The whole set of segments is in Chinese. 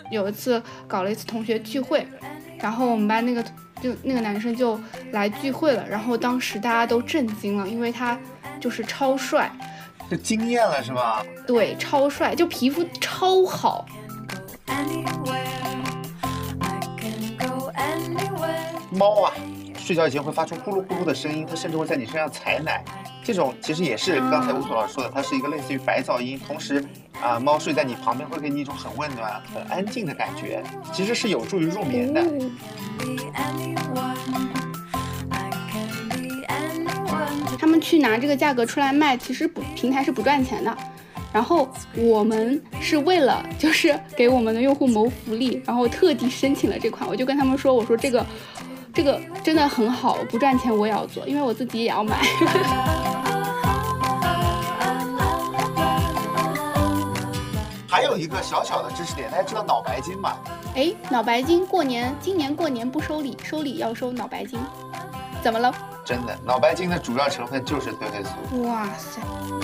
有一次搞了一次同学聚会，然后我们班那个男生就来聚会了，然后当时大家都震惊了，因为他就是超帅， 就惊艳了是吧？ 对，超帅，就皮肤超好。 猫啊，睡觉以前会发出呼噜呼噜的声音，它甚至会在你身上采奶。这种其实也是刚才乌苏老师说的，它是一个类似于白噪音，同时猫睡在你旁边会给你一种很温暖、很安静的感觉，其实是有助于入眠的。 他们去拿这个价格出来卖，其实平台是不赚钱的。然后我们是为了就是给我们的用户谋福利，然后特地申请了这款。我就跟他们说，我说这个真的很好，不赚钱我也要做，因为我自己也要买。 还有一个小小的知识点，大家知道脑白金吗？ 哎，脑白金今年过年不收礼，收礼要收脑白金，怎么了？ 真的，脑白金的主要成分就是褪黑素。 哇塞！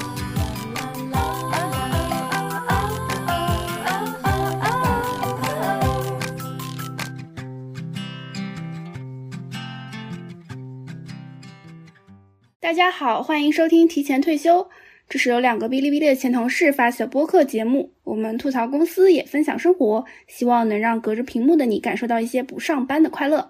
大家好，欢迎收听提前退休。这是由2个哔哩哔哩的前同事发起的播客节目，我们吐槽公司也分享生活，希望能让隔着屏幕的你感受到一些不上班的快乐。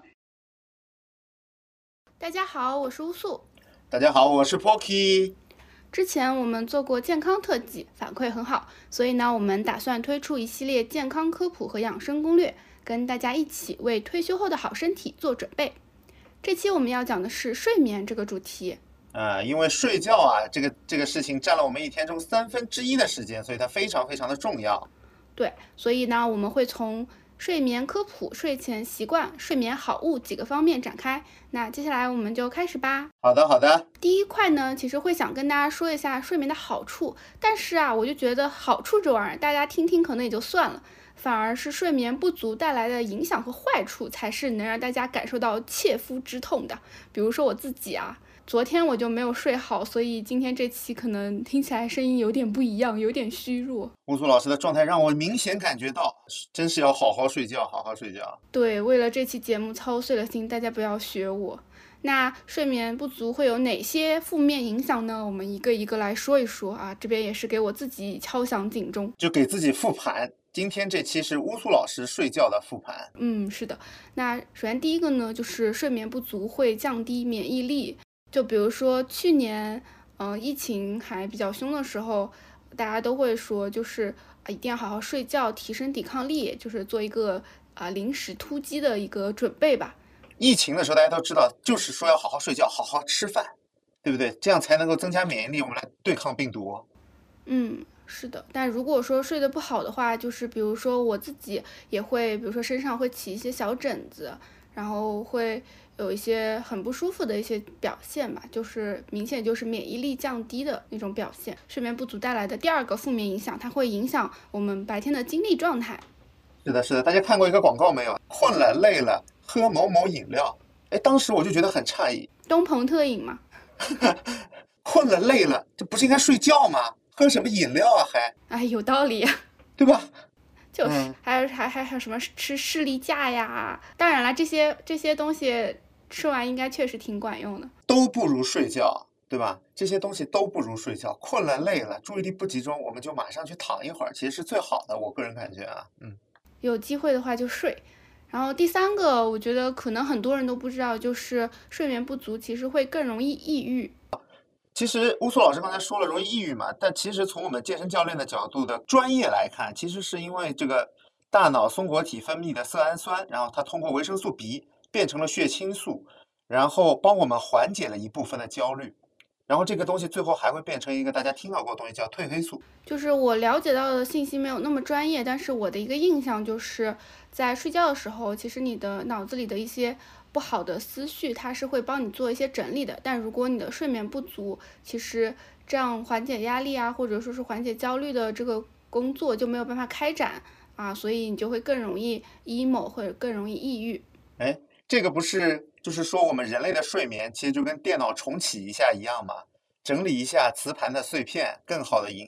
大家好，我是乌素。 大家好，我是 Pocky。 之前我们做过健康特辑，反馈很好，所以呢，我们打算推出一系列健康科普和养生攻略，跟大家一起为退休后的好身体做准备。这期我们要讲的是睡眠这个主题。 因为睡觉啊，这个事情占了我们一天中1/3的时间，所以它非常非常的重要。 对，所以呢，我们会从睡眠科普、睡前习惯、睡眠好物几个方面展开。那接下来我们就开始吧。 好的，好的。 第一块呢，其实会想跟大家说一下睡眠的好处，但是啊，我就觉得好处这玩意儿，大家听听可能也就算了，反而是睡眠不足带来的影响和坏处，才是能让大家感受到切肤之痛的。比如说我自己啊。昨天我就没有睡好，所以今天这期可能听起来声音有点不一样，有点虚弱。 乌苏老师的状态让我明显感觉到，真是要好好睡觉，好好睡觉。 对，为了这期节目操碎了心，大家不要学我。那睡眠不足会有哪些负面影响呢？我们一个一个来说一说啊。这边也是给我自己敲响警钟， 就给自己复盘。今天这期是乌苏老师睡觉的复盘。 是的。那首先第一个呢，就是睡眠不足会降低免疫力。就比如说去年疫情还比较凶的时候，大家都会说就是一定要好好睡觉，提升抵抗力，就是做一个临时突击的一个准备吧。 疫情的时候大家都知道，就是说要好好睡觉，好好吃饭，对不对？这样才能够增加免疫力，我们来对抗病毒。 是的。但如果说睡得不好的话，就是比如说我自己也会，比如说身上会起一些小疹子，然后会有一些很不舒服的一些表现吧，就是明显就是免疫力降低的那种表现。睡眠不足带来的第二个负面影响，它会影响我们白天的精力状态。 是的，是的，大家看过一个广告没有？困了累了喝某某饮料。当时我就觉得很诧异， 东鹏特饮吗？ 困了累了，这不是应该睡觉吗？喝什么饮料啊还？ 有道理， 对吧？ 就是还有什么吃士力架呀？当然了，这些东西吃完应该确实挺管用的， 都不如睡觉，对吧？这些东西都不如睡觉。困了累了，注意力不集中，我们就马上去躺一会儿，其实是最好的。我个人感觉啊， 有机会的话就睡。然后第三个，我觉得可能很多人都不知道，就是睡眠不足其实会更容易抑郁。 其实乌苏老师刚才说了容易抑郁嘛，但其实从我们健身教练的角度的专业来看，其实是因为这个大脑松果体分泌的色氨酸，然后它通过维生素 B 变成了血清素，然后帮我们缓解了一部分的焦虑，然后这个东西最后还会变成一个大家听到过的东西，叫褪黑素。 就是我了解到的信息没有那么专业，但是我的一个印象就是在睡觉的时候，其实你的脑子里的一些不好的思绪，它是会帮你做一些整理的。但如果你的睡眠不足，其实这样缓解压力啊，或者说是缓解焦虑的这个工作就没有办法开展啊，所以你就会更容易 emo 或者更容易抑郁。 这个不是就是说我们人类的睡眠其实就跟电脑重启一下一样吗？整理一下磁盘的碎片，更好的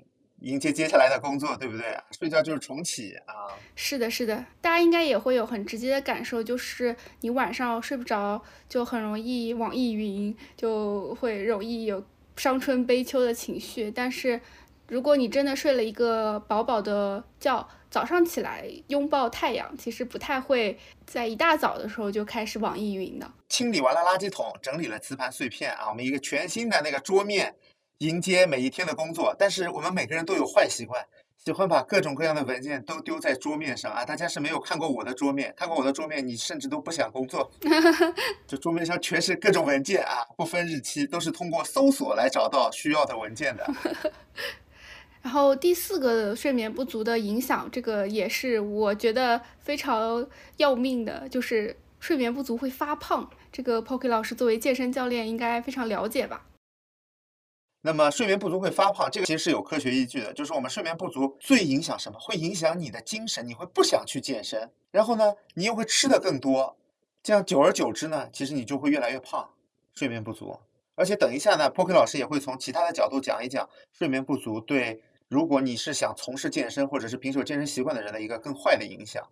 迎接接下来的工作，对不对啊？睡觉就是重启啊。 是的，是的，大家应该也会有很直接的感受，就是你晚上睡不着，就很容易网易云，就会容易有伤春悲秋的情绪。但是如果你真的睡了一个饱饱的觉，早上起来拥抱太阳，其实不太会在一大早的时候就开始网易云的。 清理完了垃圾桶，整理了磁盘碎片啊，我们一个全新的那个桌面，迎接每一天的工作。但是我们每个人都有坏习惯，喜欢把各种各样的文件都丢在桌面上啊。大家是没有看过我的桌面，看过我的桌面，你甚至都不想工作。这桌面上全是各种文件啊，不分日期，都是通过搜索来找到需要的文件的。 然后第四个睡眠不足的影响，这个也是我觉得非常要命的，就是睡眠不足会发胖。这个 Pocky 老师作为健身教练应该非常了解吧？ 那么睡眠不足会发胖，这个其实是有科学依据的，就是我们睡眠不足最影响什么？会影响你的精神，你会不想去健身，然后呢，你又会吃的更多，这样久而久之呢，其实你就会越来越胖。睡眠不足，而且等一下呢，Pocky 老师也会从其他的角度讲一讲睡眠不足对，如果你是想从事健身或者是平时有健身习惯的人的一个更坏的影响。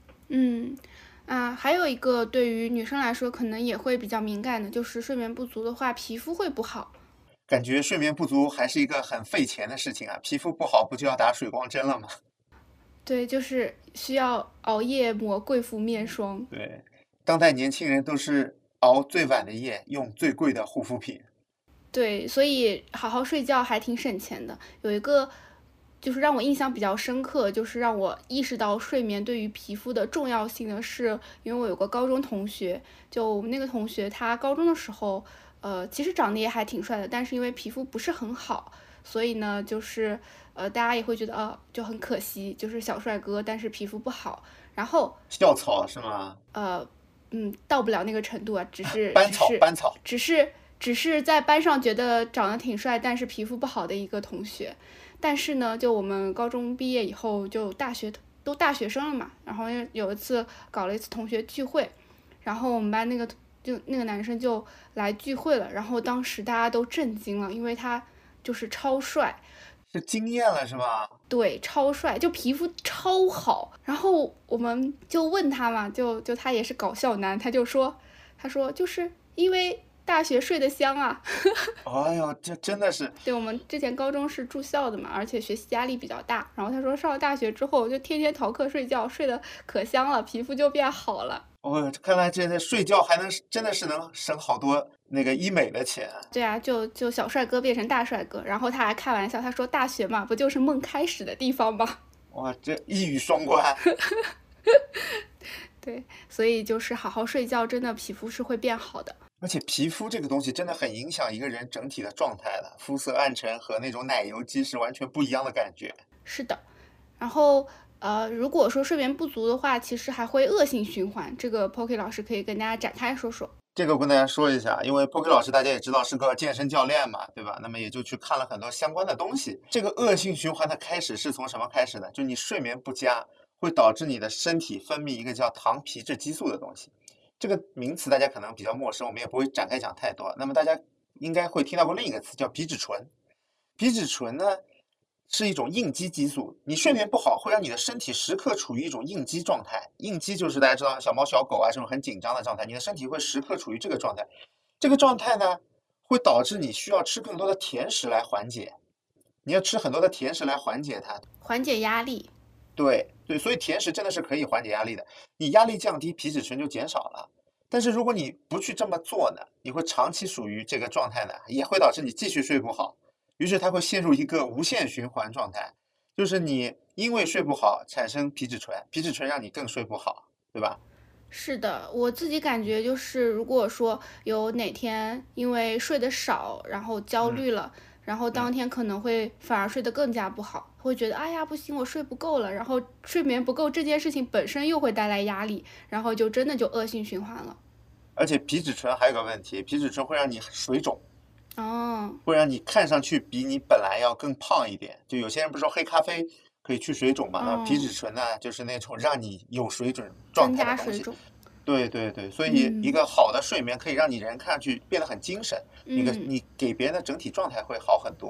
还有一个对于女生来说可能也会比较敏感的，就是睡眠不足的话，皮肤会不好。 感觉睡眠不足还是一个很费钱的事情啊，皮肤不好不就要打水光针了吗？ 对，就是需要熬夜抹贵妇面霜。 对，当代年轻人都是熬最晚的夜，用最贵的护肤品。 对，所以好好睡觉还挺省钱的。有一个就是让我印象比较深刻，就是让我意识到睡眠对于皮肤的重要性的是，因为我有个高中同学，就我们那个同学他高中的时候，其实长得也还挺帅的，但是因为皮肤不是很好，所以呢，就是大家也会觉得就很可惜，就是小帅哥，但是皮肤不好。然后校草是吗？ 到不了那个程度啊，只是班草，班草。 只是在班上觉得长得挺帅，但是皮肤不好的一个同学。但是呢，就我们高中毕业以后，就都大学生了嘛，然后有一次搞了一次同学聚会，然后我们班那个男生就来聚会了，然后当时大家都震惊了，因为他就是超帅。 是惊艳了是吧？ 对，超帅，就皮肤超好。然后我们就问他嘛，就他也是搞笑男，他说就是因为大学睡得香啊。 哎呦，这真的是。 对，我们之前高中是住校的嘛，而且学习压力比较大。然后他说上了大学之后就天天逃课睡觉，睡得可香了，皮肤就变好了。 哦，看来这睡觉还能真的是能省好多那个医美的钱。 对啊，就小帅哥变成大帅哥，然后他还开玩笑，他说大学嘛，不就是梦开始的地方吗？ 哇，这一语双关。 对，所以就是好好睡觉，真的皮肤是会变好的。 而且皮肤这个东西真的很影响一个人整体的状态的，肤色暗沉和那种奶油肌是完全不一样的感觉。 是的，然后如果说睡眠不足的话，其实还会恶性循环。这个 Pocky 老师可以跟大家展开说说。 这个我跟大家说一下，因为 Pocky 老师大家也知道是个健身教练嘛，对吧？那么也就去看了很多相关的东西。这个恶性循环的开始是从什么开始的？就你睡眠不佳，会导致你的身体分泌一个叫糖皮质激素的东西。这个名词大家可能比较陌生，我们也不会展开讲太多。那么大家应该会听到过另一个词叫皮质醇。皮质醇呢是一种应激激素，你睡眠不好会让你的身体时刻处于一种应激状态。应激就是大家知道小猫小狗啊这种很紧张的状态，你的身体会时刻处于这个状态。这个状态呢会导致你需要吃更多的甜食来缓解，你要吃很多的甜食来缓解它， 缓解压力。 对对，所以甜食真的是可以缓解压力的。你压力降低，皮质醇就减少了。但是如果你不去这么做呢，你会长期属于这个状态呢，也会导致你继续睡不好。于是它会陷入一个无限循环状态，就是你因为睡不好产生皮质醇，皮质醇让你更睡不好，对吧？ 是的，我自己感觉就是，如果说有哪天因为睡得少，然后焦虑了，然后当天可能会反而睡得更加不好，会觉得哎呀不行，我睡不够了，然后睡眠不够这件事情本身又会带来压力，然后就真的就恶性循环了。 而且皮质醇还有个问题，皮质醇会让你水肿， 哦， 会让你看上去比你本来要更胖一点。就有些人不是说黑咖啡可以去水肿嘛？那皮质醇呢，就是那种让你有水肿状态的东西。对对对，所以一个好的睡眠可以让你人看上去变得很精神，你给别人的整体状态会好很多。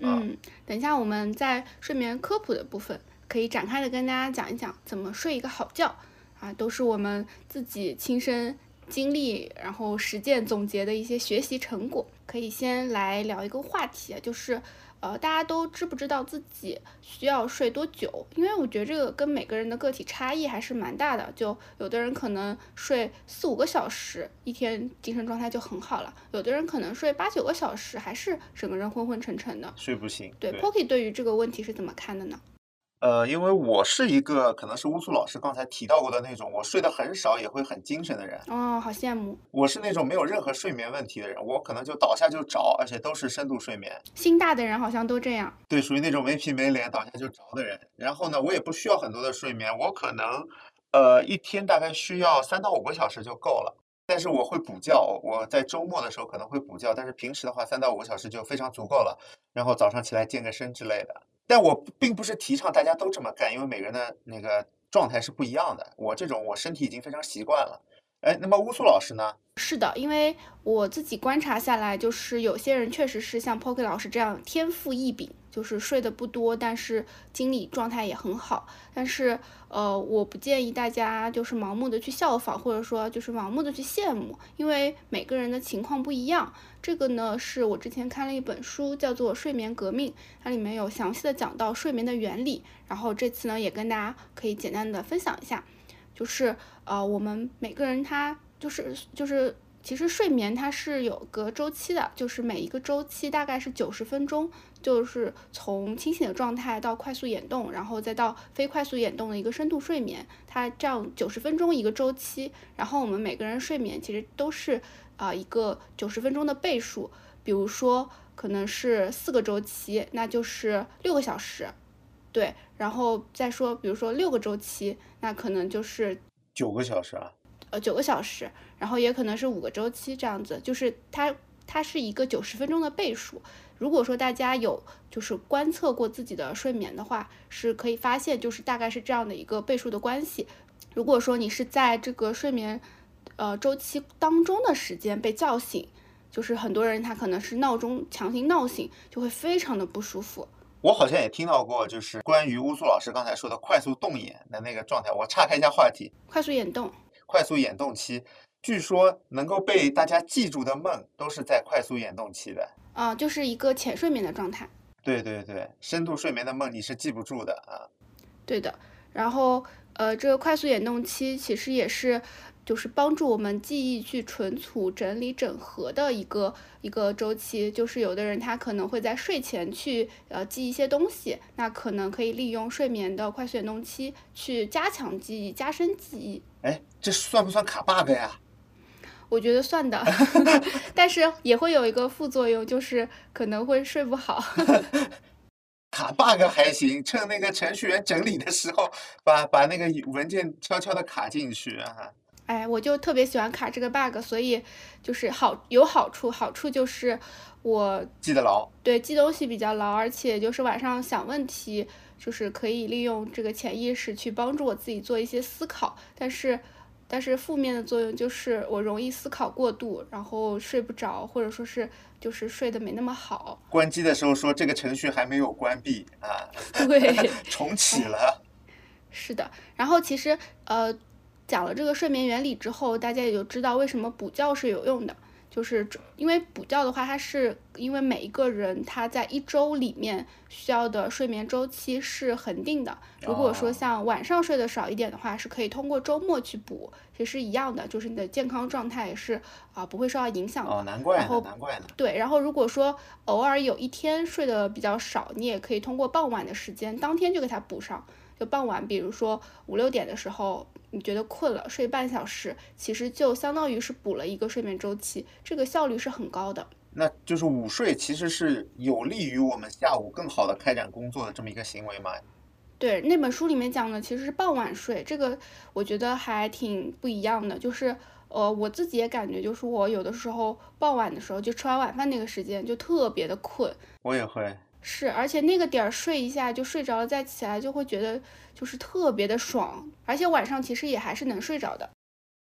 等一下我们在睡眠科普的部分可以展开的跟大家讲一讲怎么睡一个好觉啊，都是我们自己亲身经历然后实践总结的一些学习成果。可以先来聊一个话题，就是大家都知不知道自己需要睡多久？因为我觉得这个跟每个人的个体差异还是蛮大的。就有的人可能睡4-5个小时，一天精神状态就很好了；有的人可能睡8-9个小时，还是整个人昏昏沉沉的， 睡不醒。 对 Pocky 对于这个问题是怎么看的呢？ 因为我是一个可能是乌苏老师刚才提到过的那种，我睡得很少也会很精神的人。 哦，好羡慕。 我是那种没有任何睡眠问题的人，我可能就倒下就着，而且都是深度睡眠。 心大的人好像都这样。 对，属于那种没皮没脸倒下就着的人。然后呢，我也不需要很多的睡眠，我可能一天大概需要3到5个小时就够了。但是我会补觉，我在周末的时候可能会补觉，但是平时的话3到5个小时就非常足够了。然后早上起来健个身之类的。但我并不是提倡大家都这么干，因为每个人的那个状态是不一样的。我这种我身体已经非常习惯了。哎，那么乌苏老师呢？ 是的，因为我自己观察下来，就是有些人确实是像 Pocky 老师这样天赋异禀，就是睡得不多，但是精力状态也很好。但是我不建议大家就是盲目的去效仿，或者说就是盲目的去羡慕，因为每个人的情况不一样。这个呢是我之前看了一本书，叫做《睡眠革命》，它里面有详细的讲到睡眠的原理。然后这次呢也跟大家可以简单的分享一下，就是我们每个人他就是其实睡眠它是有个周期的，就是每一个周期大概是90分钟，就是从清醒的状态到快速眼动，然后再到非快速眼动的一个深度睡眠，它这样90分钟一个周期。然后我们每个人睡眠其实都是一个90分钟的倍数，比如说可能是4个周期，那就是6个小时，对，然后再说比如说6个周期，那可能就是 9个小时啊。 9个小时，然后也可能是5个周期这样子，就是它是一个90分钟的倍数。如果说大家有就是观测过自己的睡眠的话，是可以发现就是大概是这样的一个倍数的关系。如果说你是在这个睡眠周期当中的时间被叫醒，就是很多人他可能是闹钟强行闹醒，就会非常的不舒服。 我好像也听到过，就是关于乌苏老师刚才说的快速动眼的那个状态。我岔开一下话题， 快速眼动。 快速眼动期，据说能够被大家记住的梦都是在快速眼动期的。 就是一个浅睡眠的状态。 对对对，深度睡眠的梦你是记不住的啊。 对的，然后这个快速眼动期其实也是就是帮助我们记忆去存储、整理、整合的一个周期。就是有的人他可能会在睡前去记一些东西，那可能可以利用睡眠的快速眼动期去加强记忆、加深记忆。 哎，这算不算卡 bug 呀？ 我觉得算的，但是也会有一个副作用，就是可能会睡不好。 卡 bug 还行，趁那个程序员整理的时候，把那个文件悄悄的卡进去啊。 哎，我就特别喜欢卡这个 bug，所以就是有好处，好处就是我记得牢， 对，记东西比较牢，而且就是晚上想问题，就是可以利用这个潜意识去帮助我自己做一些思考。但是负面的作用就是我容易思考过度，然后睡不着，或者说是就是睡得没那么好。 关机的时候说这个程序还没有关闭啊， 对， 重启了。 是的，然后其实讲了这个睡眠原理之后，大家也就知道为什么补觉是有用的。就是因为补觉的话，它是因为每一个人他在1周里面需要的睡眠周期是恒定的。如果说像晚上睡得少一点的话，是可以通过周末去补，其实一样的，就是你的健康状态也是不会受到影响的。 哦，难怪呢，难怪呢。 对，然后如果说偶尔有一天睡得比较少，你也可以通过傍晚的时间，当天就给它补上。就傍晚，比如说5-6点的时候，你觉得困了，睡半小时，其实就相当于是补了一个睡眠周期，这个效率是很高的。 那就是午睡其实是有利于我们下午更好的开展工作的这么一个行为嘛？ 对，那本书里面讲的其实是傍晚睡，这个我觉得还挺不一样的。就是我自己也感觉，就是我有的时候傍晚的时候，就吃完晚饭那个时间就特别的困。 我也会。 是，而且那个点儿睡一下就睡着了，再起来就会觉得就是特别的爽，而且晚上其实也还是能睡着的。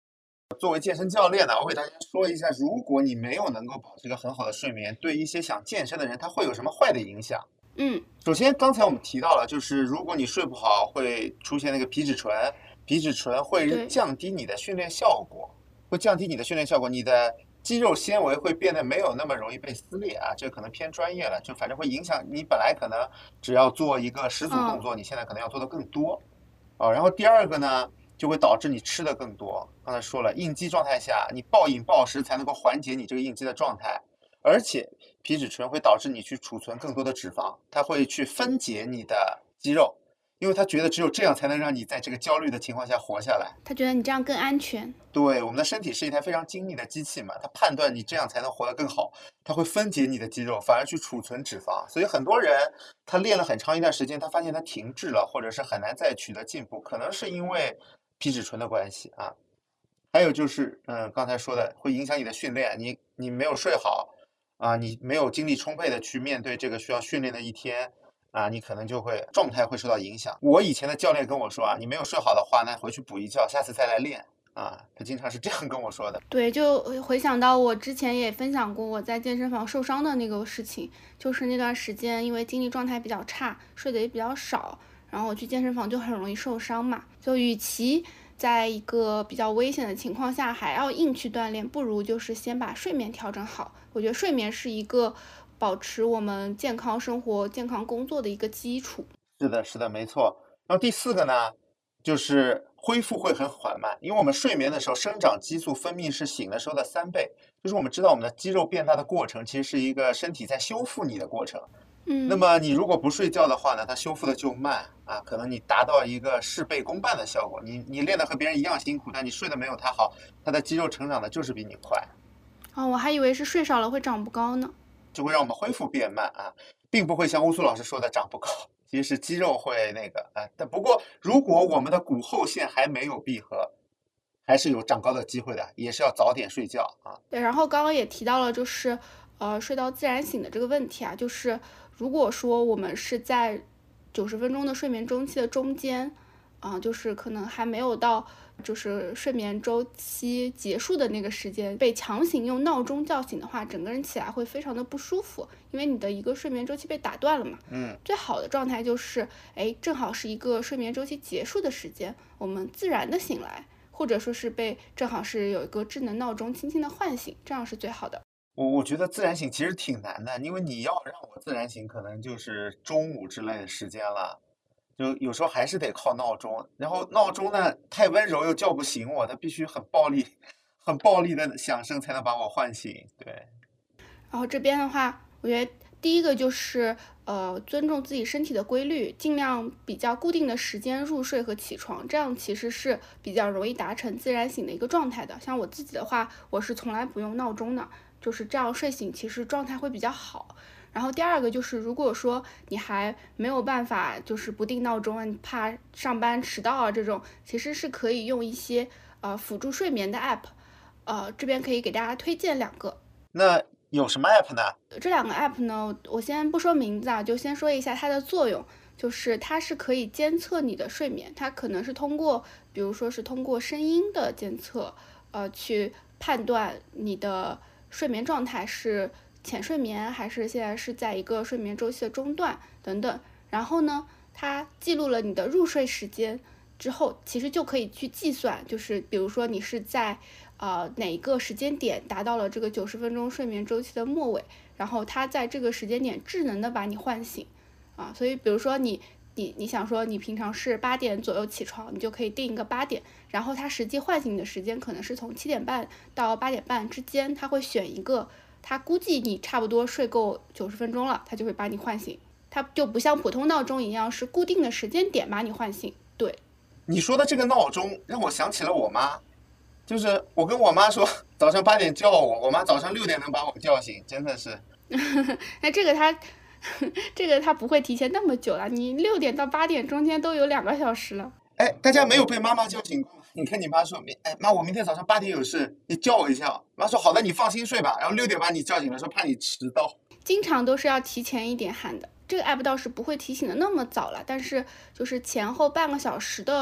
作为健身教练呢，我给大家说一下，如果你没有能够保持一个很好的睡眠，对一些想健身的人，他会有什么坏的影响？ 嗯， 首先，刚才我们提到了，就是如果你睡不好，会出现那个皮质醇，皮质醇会对， 降低你的训练效果，会降低你的训练效果，你的肌肉纤维会变得没有那么容易被撕裂啊，这可能偏专业了，就反正会影响你本来可能只要做一个10组动嗯， 作，你现在可能要做的更多啊。然后第二个呢，就会导致你吃的更多。刚才说了，应激状态下，你暴饮暴食才能够缓解你这个应激的状态，而且皮质醇会导致你去储存更多的脂肪，它会去分解你的肌肉，因为它觉得只有这样才能让你在这个焦虑的情况下活下来。 他觉得你这样更安全。 对，我们的身体是一台非常精密的机器嘛，它判断你这样才能活得更好，它会分解你的肌肉，反而去储存脂肪。所以很多人他练了很长一段时间，他发现他停滞了，或者是很难再取得进步，可能是因为皮质醇的关系啊。还有就是，刚才说的会影响你的训练，你没有睡好啊，你没有精力充沛的去面对这个需要训练的一天啊，你可能就会状态会受到影响。我以前的教练跟我说啊，你没有睡好的话，那回去补一觉，下次再来练啊，他经常是这样跟我说的。 对，就回想到我之前也分享过我在健身房受伤的那个事情，就是那段时间因为精力状态比较差，睡得也比较少，然后我去健身房就很容易受伤嘛。就与其在一个比较危险的情况下还要硬去锻炼，不如就是先把睡眠调整好。我觉得睡眠是一个保持我们健康生活、健康工作的一个基础。 是的，是的，没错。然后第四个呢，就是恢复会很缓慢，因为我们睡眠的时候，生长激素分泌是醒的时候的3倍。就是我们知道我们的肌肉变大的过程，其实是一个身体在修复你的过程。那嗯， 么你如果不睡觉的话呢，它修复的就慢啊，可能你达到一个事倍功半的效果。你练的和别人一样辛苦，但你睡得没有他好，他的肌肉成长的就是比你快。 哦，我还以为是睡少了会长不高呢。 就会让我们恢复变慢啊，并不会像乌苏老师说的长不高，其实是肌肉会那个啊。但不过，如果我们的骨后线还没有闭合，还是有长高的机会的，也是要早点睡觉啊。 对，然后刚刚也提到了，就是睡到自然醒的这个问题啊，就是如果说我们是在90分钟的睡眠周期的中间，就是可能还没有到就是睡眠周期结束的那个时间，被强行用闹钟叫醒的话，整个人起来会非常的不舒服，因为你的一个睡眠周期被打断了嘛。 嗯， 最好的状态就是，哎，正好是一个睡眠周期结束的时间，我们自然的醒来。或者说是被正好是有一个智能闹钟轻轻的唤醒，这样是最好的。 我觉得自然醒其实挺难的，因为你要让我自然醒，可能就是中午之类的时间了。就有时候还是得靠闹钟，然后闹钟呢太温柔又叫不醒我，它必须很暴力、很暴力的响声才能把我唤醒。对， 然后这边的话，我觉得第一个就是尊重自己身体的规律，尽量比较固定的时间入睡和起床，这样其实是比较容易达成自然醒的一个状态的。像我自己的话，我是从来不用闹钟的，就是这样睡醒，其实状态会比较好。然后第二个就是，如果说你还没有办法，就是不定闹钟啊，你怕上班迟到啊这种，其实是可以用一些辅助睡眠的 app，这边可以给大家推荐两个。 那有什么 app 呢？ 这两个 app 呢，我先不说名字啊，就先说一下它的作用，就是它是可以监测你的睡眠，它可能是通过，比如说是通过声音的监测，去判断你的睡眠状态是浅睡眠还是现在是在一个睡眠周期的中段等等。然后呢，它记录了你的入睡时间之后，其实就可以去计算，就是比如说你是在哪一个时间点达到了这个90分钟睡眠周期的末尾，然后它在这个时间点智能的把你唤醒啊。所以比如说你想说你平常是8点左右起床，你就可以定一个8点，然后它实际唤醒你的时间可能是从7点半到8点半之间，它会选一个它估计你差不多睡够90分钟了，它就会把你唤醒。它就不像普通闹钟一样是固定的时间点把你唤醒。对， 你说的这个闹钟让我想起了我妈，就是我跟我妈说早上8点叫我，我妈早上6点能把我叫醒，真的是。 那这个它这个它不会提前那么久了，你6点到8点中间都有2个小时了。 哎，大家没有被妈妈叫醒过吗？你跟你妈说，哎妈，我明天早上8点有事，你叫我一下。妈说好的，你放心睡吧。然后6点把你叫醒了，说怕你迟到。 经常都是要提前一点喊的。这个 app 倒是不会提醒的那么早了，但是就是前后半个小时的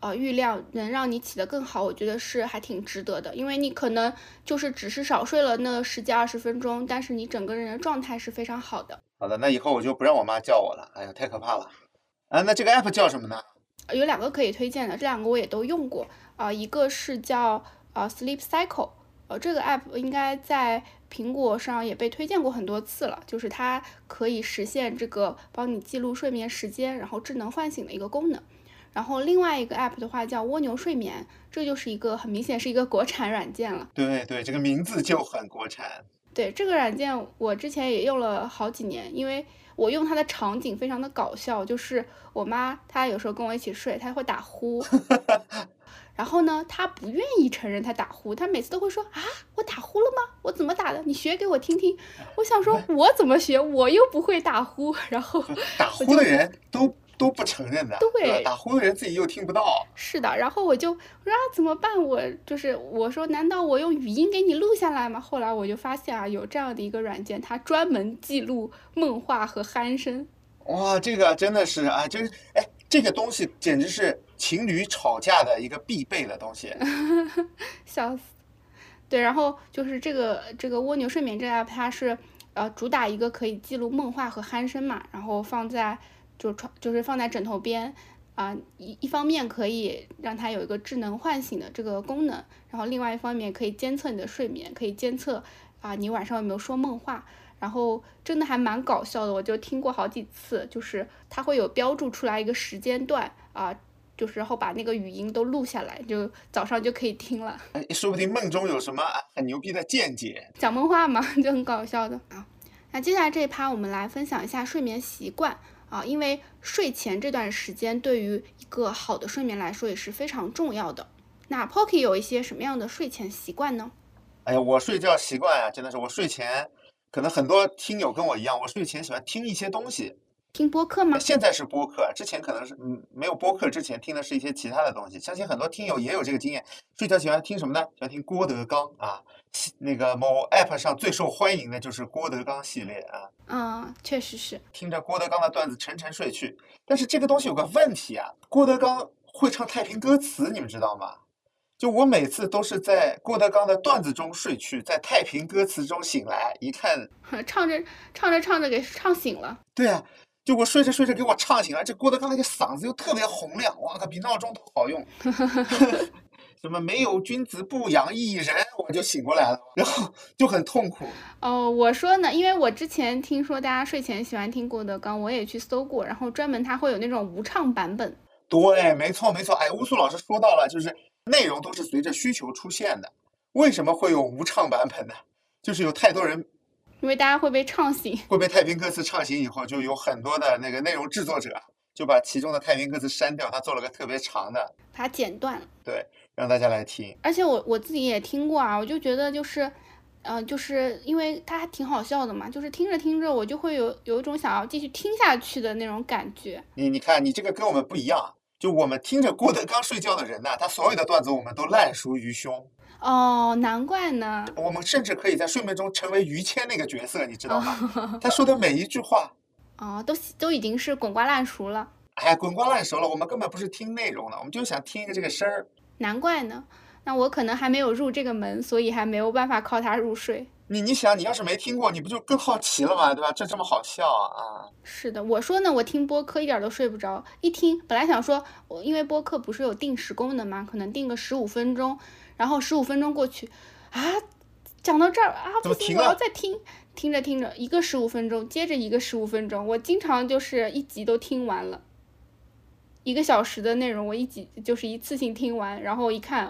预料能让你起得更好，我觉得是还挺值得的。因为你可能就是只是少睡了那10几20分钟，但是你整个人的状态是非常好的。 好的，那以后我就不让我妈叫我了，哎呀，太可怕了。啊，那这个 app 叫什么呢？ 有2个可以推荐的，这2个我也都用过一个是叫Sleep Cycle，这个 app 应该在苹果上也被推荐过很多次了，就是它可以实现这个帮你记录睡眠时间，然后智能唤醒的一个功能。然后另外一个 app 的话叫蜗牛睡眠，这就是一个很明显是一个国产软件了。 对对，这个名字就很国产。 对，这个软件我之前也用了好几年，因为我用它的场景非常的搞笑，就是我妈她有时候跟我一起睡，她会打呼，然后呢，她不愿意承认她打呼，她每次都会说啊，我打呼了吗？我怎么打的？你学给我听听。我想说，我怎么学？我又不会打呼。然后打呼的人都不承认的， 对， 打呼的人自己又听不到。 是的，然后我说怎么办？我说难道我用语音给你录下来吗？后来我就发现有这样的一个软件，它专门记录梦话和鼾声。 哇，这个真的是这个东西简直是情侣吵架的一个必备的东西。 笑死。对，然后就是这个蜗牛睡眠这个 app， 它是主打一个可以记录梦话和鼾声嘛，然后放在就是放在枕头边一方面可以让它有一个智能唤醒的这个功能，然后另外一方面可以监测你的睡眠，可以监测你晚上有没有说梦话，然后真的还蛮搞笑的，我就听过好几次，就是它会有标注出来一个时间段就是然后把那个语音都录下来，就早上就可以听了。 说不定梦中有什么很牛逼的见解， 讲梦话嘛，就很搞笑的那接下来这一趴我们来分享一下睡眠习惯因为睡前这段时间对于一个好的睡眠来说也是非常重要的。那 Pocky 有一些什么样的睡前习惯呢？ 哎呀，我睡觉习惯真的是我睡前，可能很多听友跟我一样，我睡前喜欢听一些东西。 听播客吗？ 现在是播客，之前可能是没有播客之前听的是一些其他的东西。相信很多听友也有这个经验，睡觉喜欢听什么呢？喜欢听郭德纲那个某 app 上最受欢迎的就是郭德纲系列确实是。 听着郭德纲的段子沉沉睡去。但是这个东西有个问题郭德纲会唱太平歌词，你们知道吗？就我每次都是在郭德纲的段子中睡去，在太平歌词中醒来，一看唱着给唱醒了。 对就我睡着睡着给我唱醒了，这郭德纲那个嗓子又特别洪亮，哇靠，比闹钟都好用。什么没有君子不养艺人，我就醒过来了，然后就很痛苦。 我说呢，因为我之前听说大家睡前喜欢听郭德纲，我也去搜过，然后专门他会有那种无唱版本。 对，没错没错。乌苏老师说到了，就是内容都是随着需求出现的。为什么会有无唱版本呢？就是有太多人。 因为大家会被唱醒， 会被太平歌词唱醒以后，就有很多的那个内容制作者就把其中的太平歌词删掉，他做了个特别长的， 把它剪断了， 对，让大家来听。 而且我自己也听过我就觉得就是因为它还挺好笑的嘛，就是听着听着我就会有一种想要继续听下去的那种感觉。 你看，你这个跟我们不一样，就我们听着郭德纲睡觉的人他所有的段子我们都烂熟于胸。 难怪呢。 我们甚至可以在睡梦中成为于谦那个角色，你知道吗？他说的每一句话， 都已经是滚瓜烂熟了。 滚瓜烂熟了，我们根本不是听内容的，我们就想听一个这个声儿。 难怪呢，那我可能还没有入这个门，所以还没有办法靠它入睡。 你想，你要是没听过，你不就更好奇了吗？对吧？这么好笑是的，我说呢，我听播客一点都睡不着。一听，本来想说，因为播客不是有定时功能吗？可能定个15分钟，然后15分钟过去，讲到这儿不行，我要再听。听着听着，一个15分钟，接着一个15分钟，我经常就是一集都听完了。1个小时的内容，我一集就是一次性听完，然后一看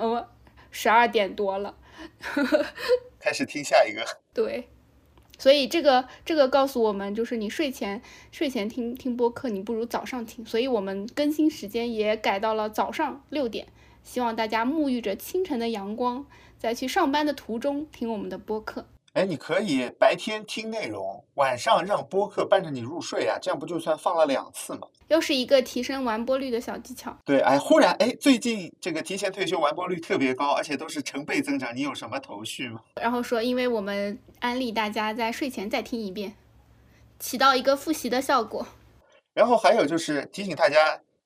，12点多了。 开始听下一个。 对，所以这个告诉我们，就是你睡前听播客，你不如早上听。所以我们更新时间也改到了早上6点，希望大家沐浴着清晨的阳光，在去上班的途中听我们的播客。 你可以白天听内容，晚上让播客伴着你入睡这样不就算放了2次吗？ 又是一个提升完播率的小技巧。 对，忽然最近这个提前退休完播率特别高，而且都是成倍增长，你有什么头绪吗？ 然后说，因为我们安利大家在睡前再听一遍，起到一个复习的效果。 然后还有就是提醒大家，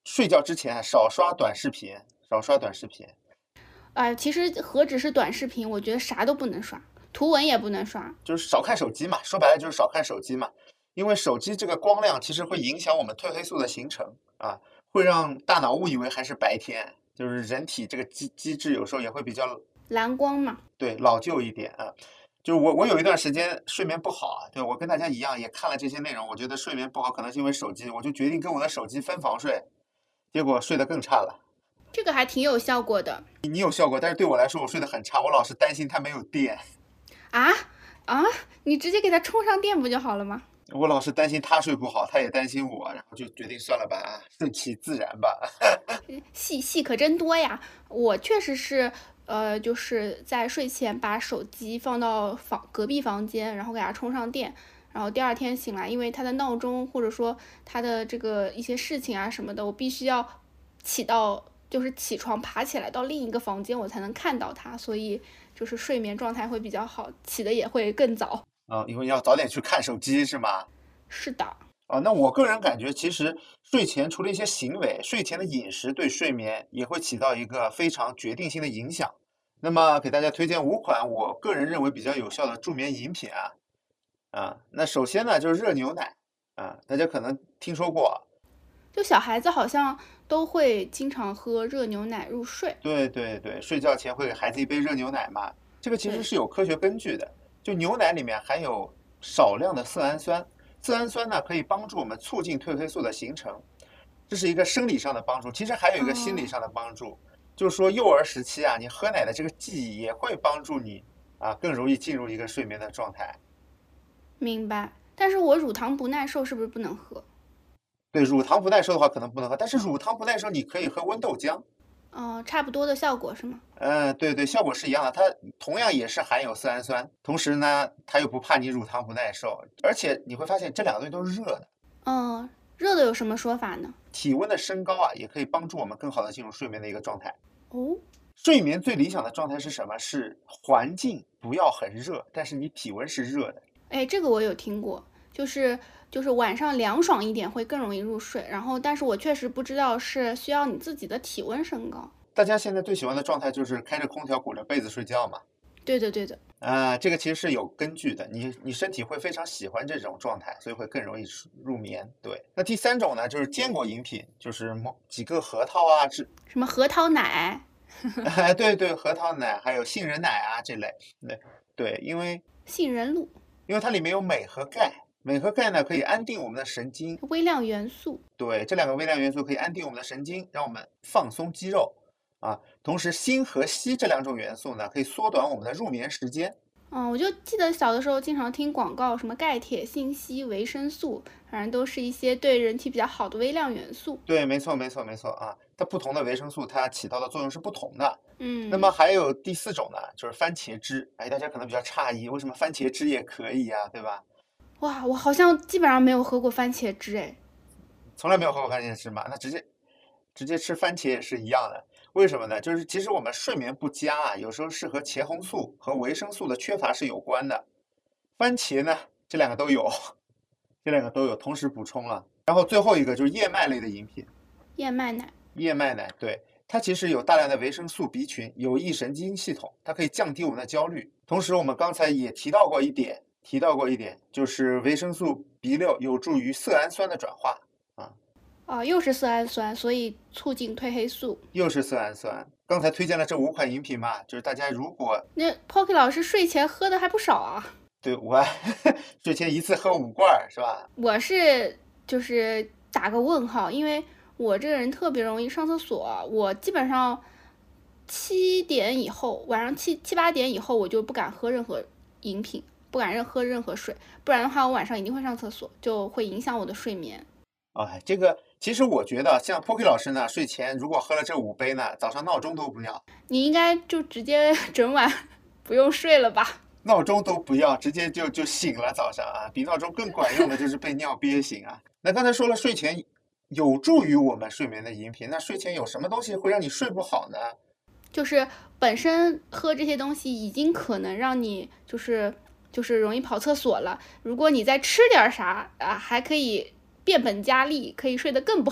睡觉之前少刷短视频，少刷短视频。 其实何止是短视频，我觉得啥都不能刷，图文也不能刷， 就是少看手机嘛，说白了就是少看手机嘛。因为手机这个光亮其实会影响我们褪黑素的形成啊，会让大脑误以为还是白天，就是人体这个机制有时候也会比较蓝光嘛。 对老旧一点啊。就是我有一段时间睡眠不好啊，对，我跟大家一样也看了这些内容，我觉得睡眠不好可能是因为手机，我就决定跟我的手机分房睡，结果睡得更差了。 这个还挺有效果的。 你有效果，但是对我来说我睡得很差，我老是担心它没有电。 啊你直接给它充上电不就好了吗？ 我老是担心他睡不好，他也担心我，然后就决定算了吧，顺其自然吧。 戏可真多呀！我确实是，就是在睡前把手机放到隔壁房间，然后给它充上电，然后第二天醒来，因为它的闹钟或者说它的这个一些事情啊什么的，我必须要就是起床爬起来到另一个房间，我才能看到它，所以就是睡眠状态会比较好，起的也会更早。 因为要早点去看手机是吗？ 是的。 那我个人感觉，其实睡前除了一些行为，睡前的饮食对睡眠也会起到一个非常决定性的影响。那么给大家推荐5款我个人认为比较有效的助眠饮品那首先呢就是热牛奶大家可能听说过。 就小孩子好像都会经常喝热牛奶入睡。 对对对，睡觉前会给孩子一杯热牛奶嘛，这个其实是有科学根据的。就牛奶里面含有少量的色氨酸，色氨酸呢可以帮助我们促进褪黑素的形成，这是一个生理上的帮助。其实还有一个心理上的帮助，就是说幼儿时期你喝奶的这个记忆也会帮助你更容易进入一个睡眠的状态。 明白。但是我乳糖不耐受，是不是不能喝？ 对，乳糖不耐受的话可能不能喝，但是乳糖不耐受你可以喝温豆浆。 差不多的效果是吗？ 对对，效果是一样的，它同样也是含有色氨酸，同时呢，它又不怕你乳糖不耐受，而且你会发现这两个东西都是热的。 热的有什么说法呢？ 体温的升高也可以帮助我们更好的进入睡眠的一个状态。睡眠最理想的状态是什么？是环境不要很热，但是你体温是热的。 这个我有听过，就是晚上凉爽一点会更容易入睡，然后但是我确实不知道是需要你自己的体温升高。 大家现在最喜欢的状态就是开着空调裹着被子睡觉嘛。 对的对的。 这个其实是有根据的，你身体会非常喜欢这种状态，所以会更容易入眠。对，那第3种呢，就是坚果饮品，就是几个核桃什么核桃奶对对，核桃奶还有杏仁奶这类。对，因为杏仁露， 因为它里面有镁和钙，镁和钙呢可以安定我们的神经， 微量元素。 对，这2个微量元素可以安定我们的神经，让我们放松肌肉同时锌和硒这2种元素呢可以缩短我们的入眠时间。 我就记得小的时候经常听广告，什么钙、铁、锌、硒、维生素，反正都是一些对人体比较好的微量元素。 对，没错没错没错它不同的维生素它起到的作用是不同的。 那么还有第4种呢，就是番茄汁。大家可能比较诧异，为什么番茄汁也可以对吧？ 哇，我好像基本上没有喝过番茄汁从来没有喝过番茄汁嘛？那直接吃番茄也是一样的。为什么呢？就是其实我们睡眠不佳有时候是和茄红素和维生素的缺乏是有关的。番茄呢，这2个都有，同时补充了。然后最后一个就是燕麦类的饮品。 燕麦奶， 对，它其实有大量的维生素 B 群，有益神经系统，它可以降低我们的焦虑。同时我们刚才也提到过一点，就是维生素 B6有助于色氨酸的转化又是色氨酸，所以促进褪黑素。 又是色氨酸。刚才推荐了这5款饮品嘛，就是大家如果那 Pocky 老师睡前喝的还不少对，我睡前一次喝5罐是吧？ 我是就是打个问号，因为我这个人特别容易上厕所，我基本上7点以后，晚上7、8点以后，我就不敢喝任何饮品，不敢喝任何水，不然的话我晚上一定会上厕所，就会影响我的睡眠。 这个其实我觉得像 Pocky 老师呢，睡前如果喝了这5杯呢，早上闹钟都不要。 你应该就直接整晚不用睡了吧？ 闹钟都不要，直接就醒了早上比闹钟更管用的就是被尿憋醒那刚才说了睡前有助于我们睡眠的饮品，那睡前有什么东西会让你睡不好呢？ 就是本身喝这些东西已经可能让你就是容易跑厕所了，如果你再吃点啥还可以变本加厉，可以睡得更不好，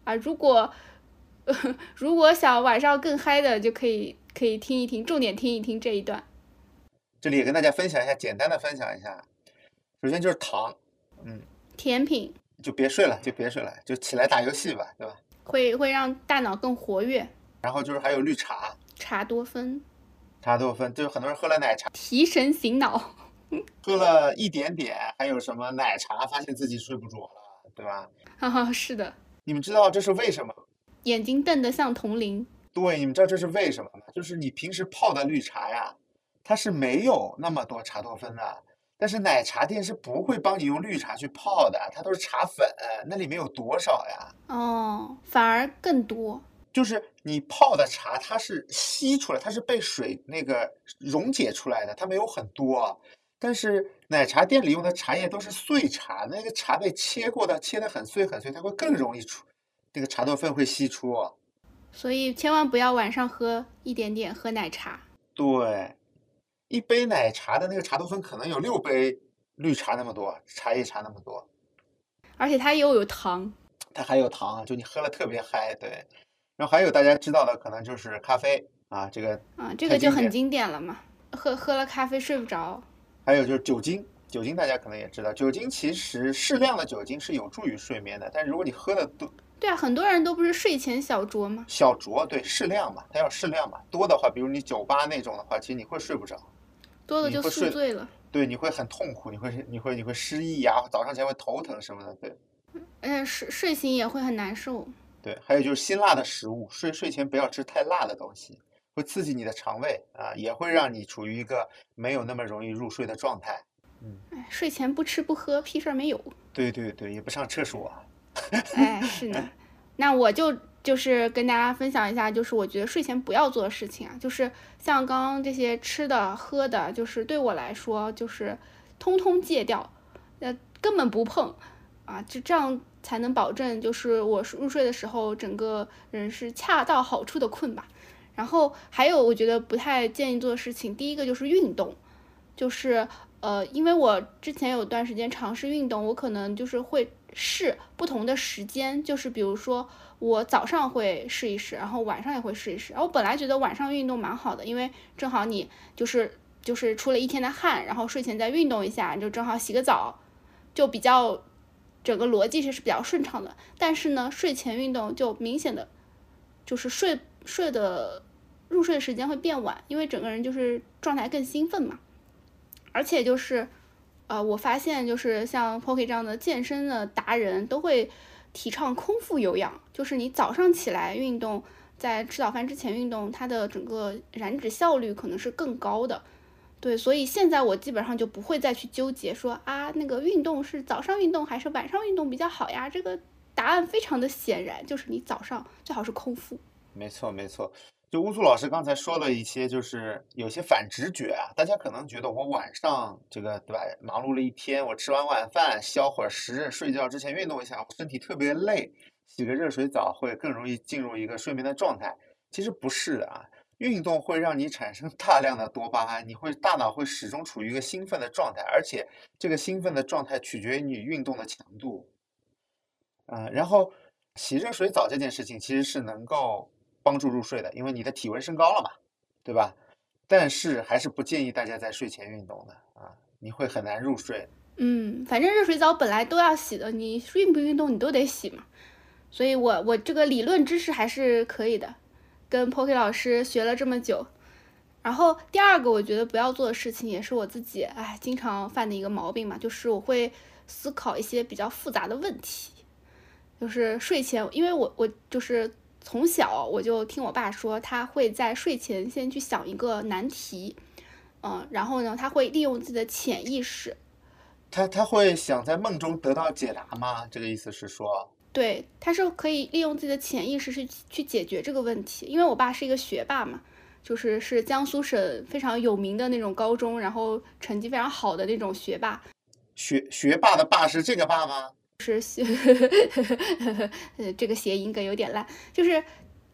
啊。如果想晚上更嗨的，就可以听一听，重点听一听这一段。 这里也跟大家分享一下，简单的分享一下。首先就是糖， 甜品就别睡了，就起来打游戏吧，对吧？ 会让大脑更活跃。 然后就是还有绿茶， 茶多酚就是很多人喝了奶茶， 提神醒脑。 喝了一点点，还有什么奶茶，发现自己睡不着了，对吧？ 哈哈，是的， 你们知道这是为什么吗？ 眼睛瞪得像铜铃。 对，你们知道这是为什么吗？就是你平时泡的绿茶呀，它是没有那么多茶多酚的，但是奶茶店是不会帮你用绿茶去泡的，它都是茶粉，那里面有多少呀？ 哦，反而更多。 就是你泡的茶，它是吸出来，它是被水那个溶解出来的，它没有很多。但是奶茶店里用的茶叶都是碎茶，那个茶被切过的，切得很碎很碎，它会更容易这个茶多酚会析出。 所以千万不要晚上喝一点点喝奶茶。 对，一杯奶茶的那个茶多酚可能有6杯绿茶那么多，茶叶茶那么多。 而且它又有糖。 它还有糖，就你喝了特别嗨。对，然后还有大家知道的可能就是咖啡啊，这个这个就很经典了嘛，喝了咖啡睡不着。 还有就是酒精，酒精大家可能也知道，酒精其实适量的酒精是有助于睡眠的，但如果你喝的多， 对啊，很多人都不是睡前小酌吗？ 小酌，对，适量嘛，它要适量嘛，多的话，比如你酒吧那种的话，其实你会睡不着， 多了就宿醉了。 对，你会很痛苦，你会失忆呀，早上起来会头疼什么的，对。 睡醒也会很难受。 对，还有就是辛辣的食物，睡前不要吃太辣的东西，会刺激你的肠胃啊，也会让你处于一个没有那么容易入睡的状态。 睡前不吃不喝，屁事儿没有。 对对对，也不上厕所。 哎，是呢。那我就是跟大家分享一下，就是我觉得睡前不要做的事情啊，就是像刚刚这些吃的喝的，就是对我来说就是通通戒掉，根本不碰啊，就这样才能保证就是我入睡的时候整个人是恰到好处的困吧。然后还有我觉得不太建议做的事情，第一个就是运动，就是因为我之前有段时间尝试运动，我可能就是会试不同的时间，就是比如说我早上会试一试，然后晚上也会试一试。然后我本来觉得晚上运动蛮好的，因为正好你就是出了一天的汗，然后睡前再运动一下，就正好洗个澡，就比较整个逻辑是比较顺畅的。但是呢，睡前运动就明显的就是入睡的时间会变晚，因为整个人就是状态更兴奋嘛。而且就是我发现就是像 Poki 这样的健身的达人都会提倡空腹有氧，就是你早上起来运动，在吃早饭之前运动，它的整个燃脂效率可能是更高的。对，所以现在我基本上就不会再去纠结说那个运动是早上运动还是晚上运动比较好呀，这个答案非常的显然，就是你早上最好是空腹。 没错没错，就乌苏老师刚才说了一些，就是有些反直觉啊，大家可能觉得我晚上这个对吧，忙碌了一天，我吃完晚饭消会儿食，睡觉之前运动一下，我身体特别累，洗个热水澡会更容易进入一个睡眠的状态。其实不是的啊，运动会让你产生大量的多巴胺，大脑会始终处于一个兴奋的状态，而且这个兴奋的状态取决于你运动的强度。然后洗热水澡这件事情其实是能够帮助入睡的，因为你的体温升高了嘛，对吧？但是还是不建议大家在睡前运动的啊，你会很难入睡。 反正热水澡本来都要洗的，你运不运动你都得洗嘛。所以我这个理论知识还是可以的，跟 Poki 老师学了这么久。然后第二个我觉得不要做的事情，也是我自己经常犯的一个毛病嘛，就是我会思考一些比较复杂的问题。就是睡前，因为我就是从小我就听我爸说，他会在睡前先去想一个难题，然后呢，他会利用自己的潜意识。 他会想在梦中得到解答吗？这个意思是说， 对，他是可以利用自己的潜意识去解决这个问题。因为我爸是一个学霸嘛，是江苏省非常有名的那种高中，然后成绩非常好的那种学霸。 学霸的霸是这个霸吗？ 这个谐音梗有点烂，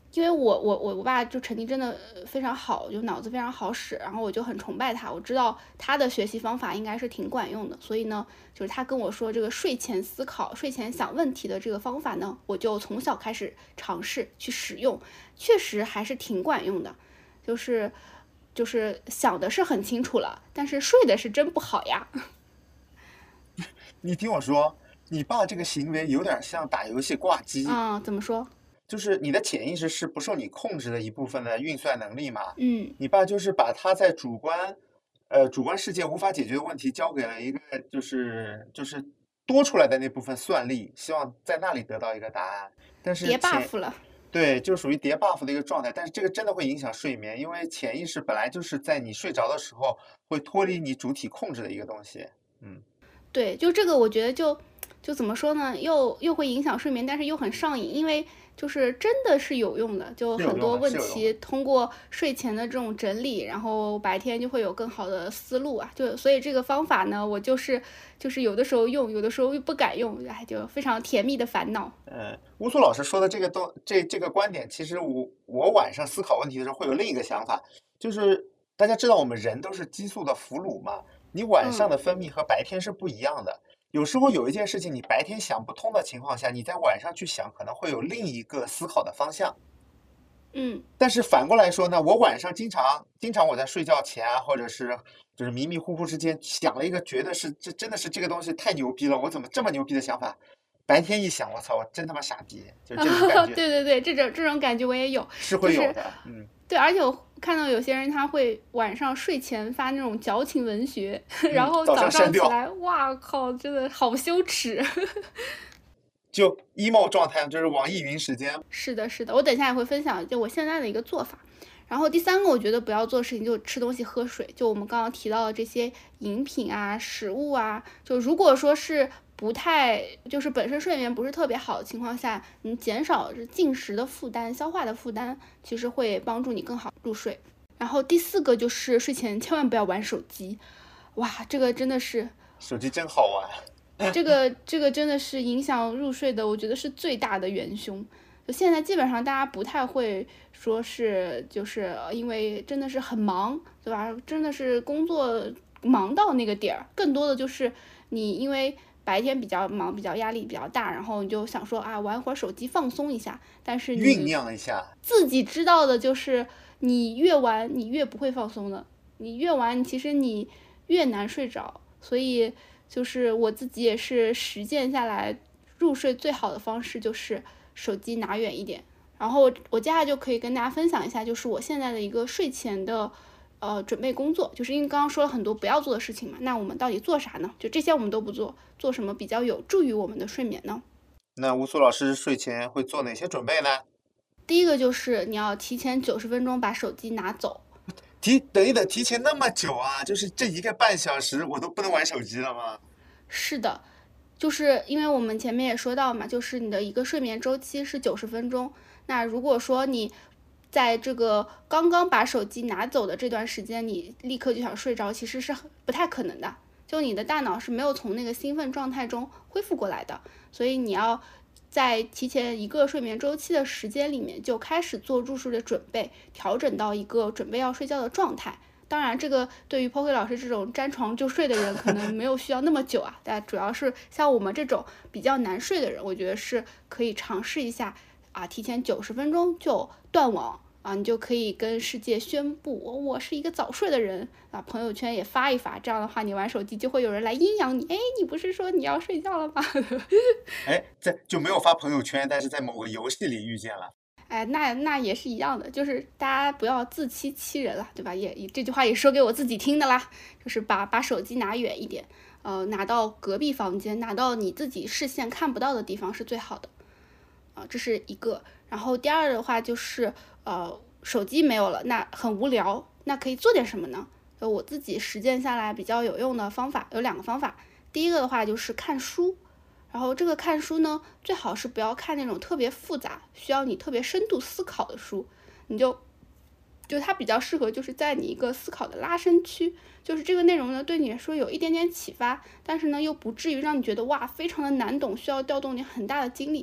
因为我爸就成绩真的非常好，就脑子非常好使，然后我就很崇拜他，我知道他的学习方法应该是挺管用的，所以呢，就是他跟我说这个睡前思考、睡前想问题的这个方法呢，我就从小开始尝试去使用，确实还是挺管用的，就是想的是很清楚了，但是睡的是真不好呀。 你听我说，你爸这个行为有点像打游戏挂机， 嗯，怎么说？ 就是你的潜意识是不受你控制的一部分的运算能力嘛。 嗯， 你爸就是把他在主观世界无法解决的问题交给了一个就是多出来的那部分算力，希望在那里得到一个答案。但是叠 buff 了。 对，就属于叠 buff 的一个状态，但是这个真的会影响睡眠，因为潜意识本来就是在你睡着的时候会脱离你主体控制的一个东西。嗯， 对，就这个我觉得就怎么说呢，又会影响睡眠，但是又很上瘾，因为就是真的是有用的，就很多是有用的，是有用的。 问题通过睡前的这种整理，然后白天就会有更好的思路啊，就所以这个方法呢，我就是有的时候用，有的时候又不敢用，哎，就非常甜蜜的烦恼。 乌苏老师说的这个观点，其实我晚上思考问题的时候会有另一个想法，就是大家知道我们人都是激素的俘虏嘛，你晚上嗯的分泌和白天是不一样的。有时候有一件事情你白天想不通的情况下，你在晚上去想，可能会有另一个思考的方向。 嗯， 但是反过来说呢，我晚上经常我在睡觉前啊，或者是就是迷迷糊糊之间想了一个觉得是这真的是这个东西太牛逼了，我怎么这么牛逼的想法，白天一想，我操，我真他妈傻逼，就是这种感觉对对对，这种感觉我也有， 是就是会有的。嗯， 对，而且我看到有些人他会晚上睡前发那种矫情文学，然后早早上删掉， 上起来，哇靠，真的好羞耻。 就 emo 状态，就是网易云时间。 是的，是的，我等一下也会分享就我现在的一个做法。然后第三个，我觉得不要做的事情就吃东西喝水，就我们刚刚提到的这些饮品啊、食物啊，就如果说是不太就是本身睡眠不是特别好的情况下，你减少进食的负担、消化的负担，其实会帮助你更好入睡。然后第四个就是睡前千万不要玩手机，哇，这个真的是手机真好玩。 这个真的是影响入睡的，我觉得是最大的元凶。就现在基本上大家不太会说是就是因为真的是很忙，对吧？真的是工作忙到那个点儿，更多的就是你因为白天比较忙，比较压力比较大，然后你就想说啊玩会儿手机放松一下，但是酝你酿一下。 自己知道的就是你越玩你越不会放松的，你越玩其实你越难睡着，所以就是我自己也是实践下来，入睡最好的方式就是手机拿远一点。然后我接下来就可以跟大家分享一下，就是我现在的一个睡前的准备工作，就是因为刚刚说了很多不要做的事情嘛，那我们到底做啥呢？就这些我们都不做，做什么比较有助于我们的睡眠呢？ 那乌苏老师睡前会做哪些准备呢？ 第一个就是你要提前90分钟把手机拿走。 等一等，提前那么久啊？就是这一个半小时，我都不能玩手机了吗？ 是的，就是因为我们前面也说到嘛，就是你的一个睡眠周期是90分钟。那如果说你在这个刚刚把手机拿走的这段时间，你立刻就想睡着，其实是不太可能的。就你的大脑是没有从那个兴奋状态中恢复过来的，所以你要在提前一个睡眠周期的时间里面就开始做入睡的准备，调整到一个准备要睡觉的状态。当然，这个对于 Poki 老师这种沾床就睡的人，可能没有需要那么久啊。但主要是像我们这种比较难睡的人，我觉得是可以尝试一下啊，提前90分钟就断网啊，你就可以跟世界宣布我是一个早睡的人啊，朋友圈也发一发，这样的话你玩手机就会有人来阴阳你，哎，你不是说你要睡觉了吗？ 哎，就没有发朋友圈，但是在某个游戏里遇见了。 哎，那也是一样的，就是大家不要自欺欺人了，对吧？这句话也说给我自己听的啦，就是把手机拿远一点，拿到隔壁房间，拿到你自己视线看不到的地方是最好的，这是一个。然后第二的话就是手机没有了，那很无聊，那可以做点什么呢？我自己实践下来比较有用的方法有两个方法，第一个的话就是看书。然后这个看书呢，最好是不要看那种特别复杂、需要你特别深度思考的书，你就它比较适合就是在你一个思考的拉伸区，就是这个内容呢对你来说有一点点启发，但是呢又不至于让你觉得哇非常的难懂，需要调动你很大的精力。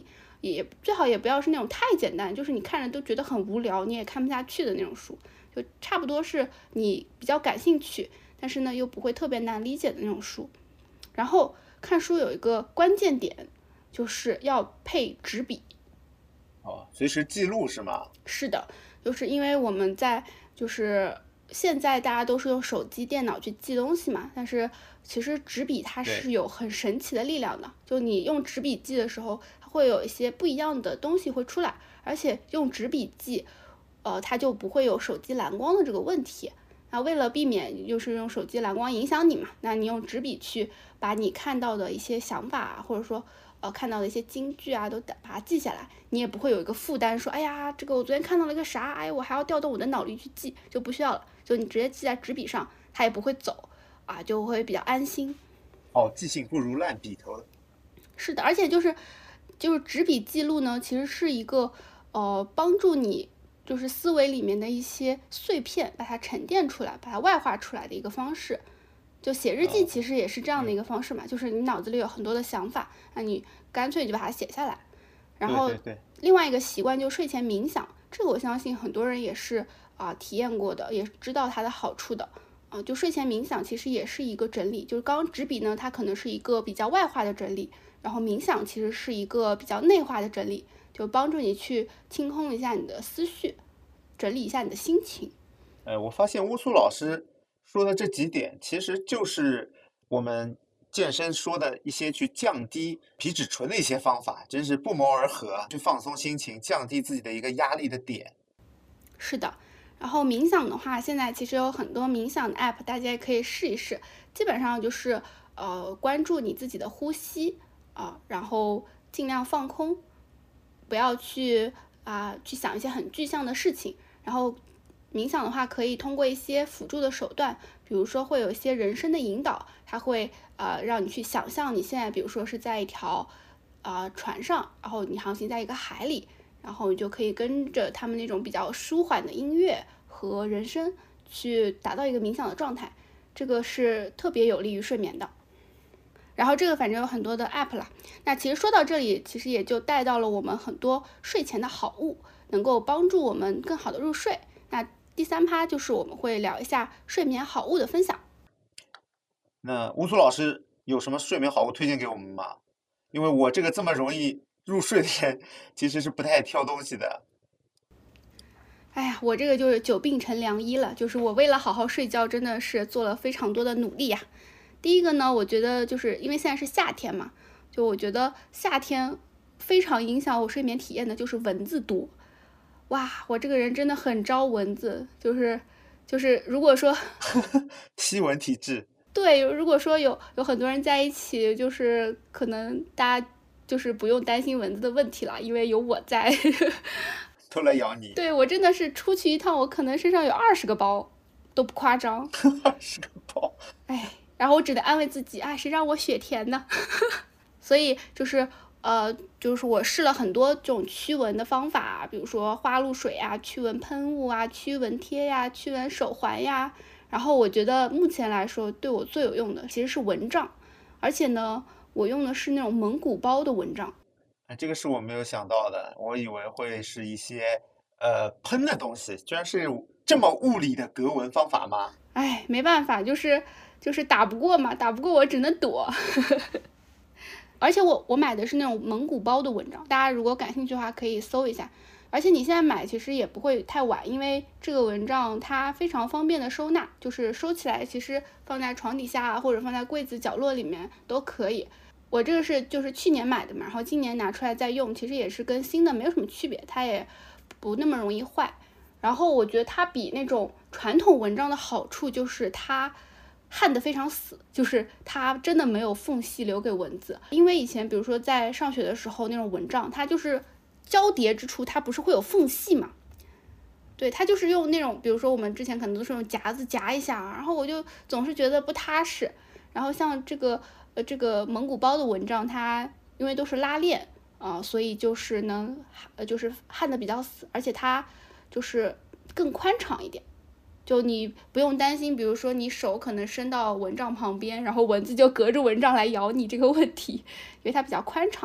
也最好也不要是那种太简单，就是你看着都觉得很无聊，你也看不下去的那种书，就差不多是你比较感兴趣，但是呢又不会特别难理解的那种书。然后看书有一个关键点，就是要配纸笔。 随时记录是吗？ 是的，就是因为我们就是现在大家都是用手机、电脑去记东西嘛，但是其实纸笔它是有很神奇的力量的。就你用纸笔记的时候，它会有一些不一样的东西会出来，而且用纸笔记，它就不会有手机蓝光的这个问题。那为了避免就是用手机蓝光影响你嘛，那你用纸笔去把你看到的一些想法，或者说看到的一些金句啊，都把它记下来，你也不会有一个负担，说哎呀，这个我昨天看到了一个啥，哎，我还要调动我的脑力去记，就不需要了，就你直接记在纸笔上，它也不会走啊，就会比较安心。 记性不如烂笔头。 是的，而且就是纸笔记录呢，其实是一个帮助你就是思维里面的一些碎片，把它沉淀出来，把它外化出来的一个方式。就写日记其实也是这样的一个方式嘛，就是你脑子里有很多的想法，那你干脆就把它写下来。然后另外一个习惯就睡前冥想，这个我相信很多人也是体验过的，也知道它的好处的。就睡前冥想其实也是一个整理，就是刚刚纸笔呢，它可能是一个比较外化的整理，然后冥想其实是一个比较内化的整理，就帮助你去清空一下你的思绪，整理一下你的心情。 我发现乌苏老师说的这几点，其实就是我们健身说的一些去降低皮质醇的一些方法，真是不谋而合，去放松心情，降低自己的一个压力的点。 是的，然后冥想的话，现在其实有很多冥想的 app， 大家也可以试一试。基本上就是关注你自己的呼吸然后尽量放空，不要去想一些很具象的事情。然后冥想的话，可以通过一些辅助的手段，比如说会有一些人声的引导，它会让你去想象你现在比如说是在一条船上，然后你航行在一个海里，然后你就可以跟着他们那种比较舒缓的音乐和人声去达到一个冥想的状态，这个是特别有利于睡眠的。然后这个反正有很多的 app 啦，那其实说到这里，其实也就带到了我们很多睡前的好物，能够帮助我们更好的入睡。那第3趴就是我们会聊一下睡眠好物的分享。 那乌苏老师有什么睡眠好物推荐给我们吗？因为我这个这么容易入睡的人，其实是不太挑东西的。 哎呀，我这个就是久病成良医了，就是我为了好好睡觉，真的是做了非常多的努力呀。第一个呢，我觉得就是因为现在是夏天嘛，就我觉得夏天非常影响我睡眠体验的就是蚊子多。哇，我这个人真的很招蚊子，就是如果说吸蚊体质。 对，如果说有很多人在一起，就是可能大家就是不用担心蚊子的问题了，因为有我在。 都来咬你。 对，我真的是出去一趟，我可能身上有20个包，都不夸张。 20个包。 哎，然后我只能安慰自己，谁让我血甜呢？所以就是我试了很多这种驱蚊的方法，比如说花露水啊、驱蚊喷雾啊、驱蚊贴呀、驱蚊手环呀。然后我觉得目前来说对我最有用的其实是蚊帐，而且呢，我用的是那种蒙古包的蚊帐。 这个是我没有想到的，我以为会是一些喷的东西，居然是这么物理的隔蚊方法吗？ 没办法，就是打不过嘛，打不过我只能躲。而且我买的是那种蒙古包的蚊帐，大家如果感兴趣的话可以搜一下。而且你现在买其实也不会太晚，因为这个蚊帐它非常方便的收纳，就是收起来其实放在床底下或者放在柜子角落里面都可以。我这个是就是去年买的嘛，然后今年拿出来再用，其实也是跟新的没有什么区别，它也不那么容易坏。然后我觉得它比那种传统蚊帐的好处就是它焊得非常死，就是它真的没有缝隙留给蚊子。因为以前比如说在上学的时候那种蚊帐，它就是交叠之处它不是会有缝隙嘛，对，它就是用那种比如说我们之前可能都是用夹子夹一下，然后我就总是觉得不踏实。然后像这个蒙古包的蚊帐，它因为都是拉链所以就是能就是焊得比较死，而且它就是更宽敞一点，就你不用担心比如说你手可能伸到蚊帐旁边，然后蚊子就隔着蚊帐来咬你这个问题，因为它比较宽敞。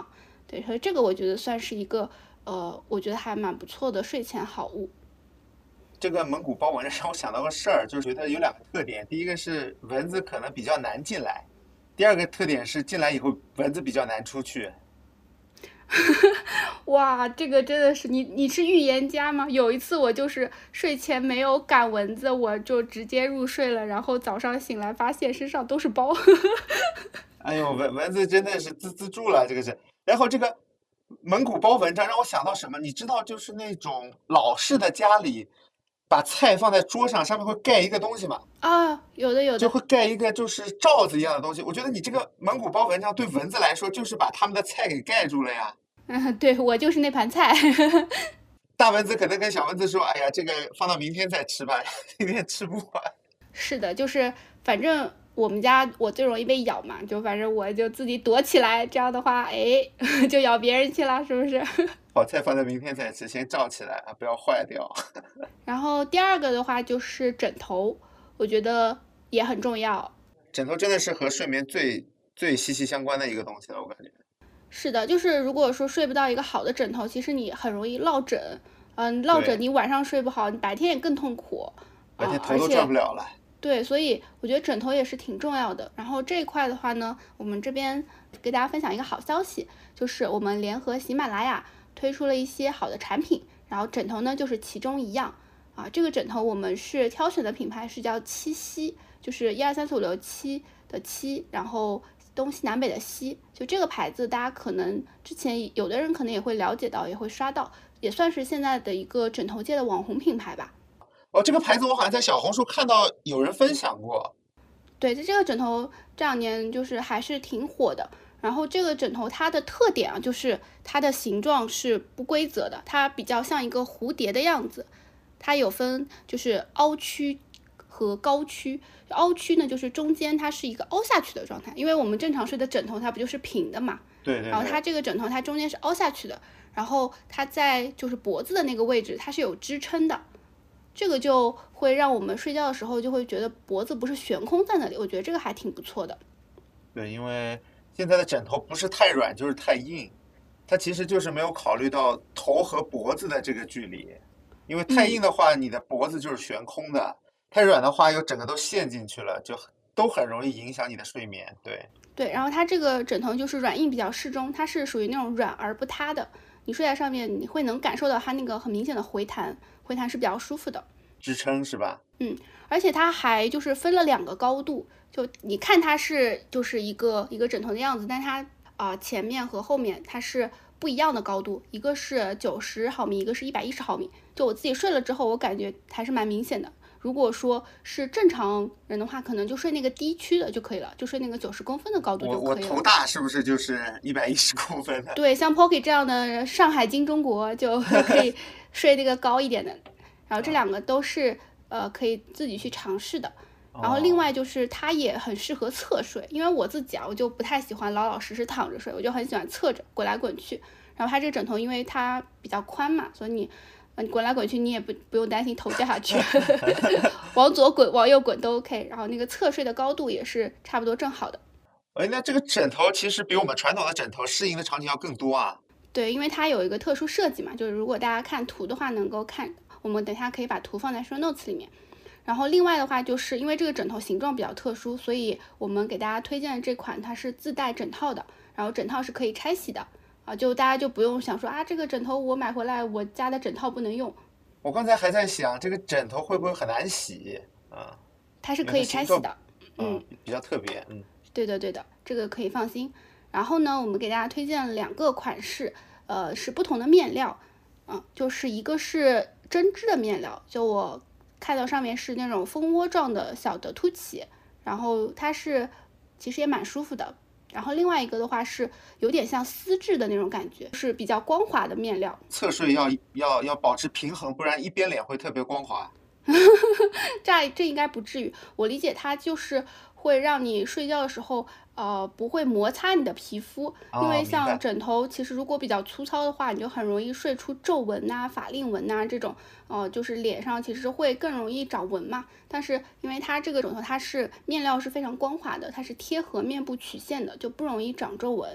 对，所以这个我觉得算是一个我觉得还蛮不错的睡前好物。 这个蒙古包蚊让我想到个事儿，就是觉得有2个特点，第一个是蚊子可能比较难进来，第2个特点是进来以后蚊子比较难出去。 哇，这个真的是你是预言家吗？有一次我就是睡前没有赶蚊子，我就直接入睡了，然后早上醒来发现身上都是包。 哎呦，蚊子真的是滋滋住了，这个是。然后这个蒙古包蚊帐让我想到什么？你知道，就是那种老式的家里，把菜放在桌上，上面会盖一个东西吗？ 啊，有的有的。 就会盖一个就是罩子一样的东西。我觉得你这个蒙古包蚊帐对蚊子来说，就是把他们的菜给盖住了呀。 对，我就是那盘菜。 大蚊子可能跟小蚊子说：“哎呀，这个放到明天再吃吧，今天吃不完。” 是的，就是反正我们家我最容易被咬嘛，就反正我就自己躲起来，这样的话，哎，就咬别人去了，是不是？ 好菜放在明天再吃，先罩起来啊，不要坏掉。 然后第二个的话就是枕头，我觉得也很重要。 枕头真的是和睡眠最息息相关的一个东西了，我感觉。 是的，就是如果说睡不到一个好的枕头，其实你很容易落枕。落枕你晚上睡不好，你白天也更痛苦。 白天头都转不了了。 对，所以我觉得枕头也是挺重要的。然后这一块的话呢，我们这边给大家分享一个好消息，就是我们联合喜马拉雅推出了一些好的产品，然后枕头呢就是其中一样啊。这个枕头我们是挑选的品牌是叫七夕，就是1234567的七，然后东西南北的西，就这个牌子，大家可能之前有的人可能也会了解到，也会刷到，也算是现在的一个枕头界的网红品牌吧。 哦，这个牌子我好像在小红书看到有人分享过。 对，这个枕头这2年就是还是挺火的。然后这个枕头它的特点啊，就是它的形状是不规则的，它比较像一个蝴蝶的样子。它有分就是凹曲和高曲，凹曲呢就是中间它是一个凹下去的状态，因为我们正常睡的枕头它不就是平的嘛。 对。 然后它这个枕头它中间是凹下去的，然后它在就是脖子的那个位置它是有支撑的。这个就会让我们睡觉的时候就会觉得脖子不是悬空在那里，我觉得这个还挺不错的。 对，因为现在的枕头不是太软就是太硬，它其实就是没有考虑到头和脖子的这个距离，因为太硬的话，你的脖子就是悬空的，太软的话又整个都陷进去了，就都很容易影响你的睡眠。 对，然后它这个枕头就是软硬比较适中，它是属于那种软而不塌的，你睡在上面你会能感受到它那个很明显的回弹是比较舒服的。 支撑是吧？ 而且它还就是分了2个高度，就你看它是就是一个枕头的样子，但它前面和后面它是不一样的高度，一个是90毫米，一个是110毫米。就我自己睡了之后，我感觉还是蛮明显的。如果说是正常人的话，可能就睡那个低区的就可以了，就睡那个90公分的高度就可以了。 我头大是不是就是110公分的？ 对，像 Pocky 这样的上海金中国就可以睡那个高一点的。然后这2个都是可以自己去尝试的。然后另外就是它也很适合侧睡，因为我自己我就不太喜欢老老实实躺着睡，我就很喜欢侧着滚来滚去。然后它这个枕头因为它比较宽嘛，所以你滚来滚去你也不用担心头掉下去。往左滚往右滚都 OK。然后那个侧睡的高度也是差不多正好的。 那这个枕头其实比我们传统的枕头适应的场景要更多啊。 对，因为它有一个特殊设计嘛，就是如果大家看图的话能够看，我们等一下可以把图放在 show notes 里面。然后另外的话，就是因为这个枕头形状比较特殊，所以我们给大家推荐的这款它是自带枕套的，然后枕套是可以拆洗的就大家就不用想说这个枕头我买回来我家的枕套不能用。 我刚才还在想这个枕头会不会很难洗啊？ 它是可以拆洗的。 比较特别。 对的，这个可以放心。然后呢，我们给大家推荐了2个款式，是不同的面料，就是一个是针织的面料，就我看到上面是那种蜂窝状的小的凸起，然后它是其实也蛮舒服的。然后另外一个的话是有点像丝质的那种感觉，是比较光滑的面料。 侧睡要保持平衡，不然一边脸会特别光滑。 这应该不至于，我理解它就是会让你睡觉的时候不会摩擦你的皮肤，因为像枕头其实如果比较粗糙的话，你就很容易睡出皱纹法令纹这种就是脸上其实会更容易长纹嘛。但是因为它这个枕头它是面料是非常光滑的，它是贴合面部曲线的，就不容易长皱纹。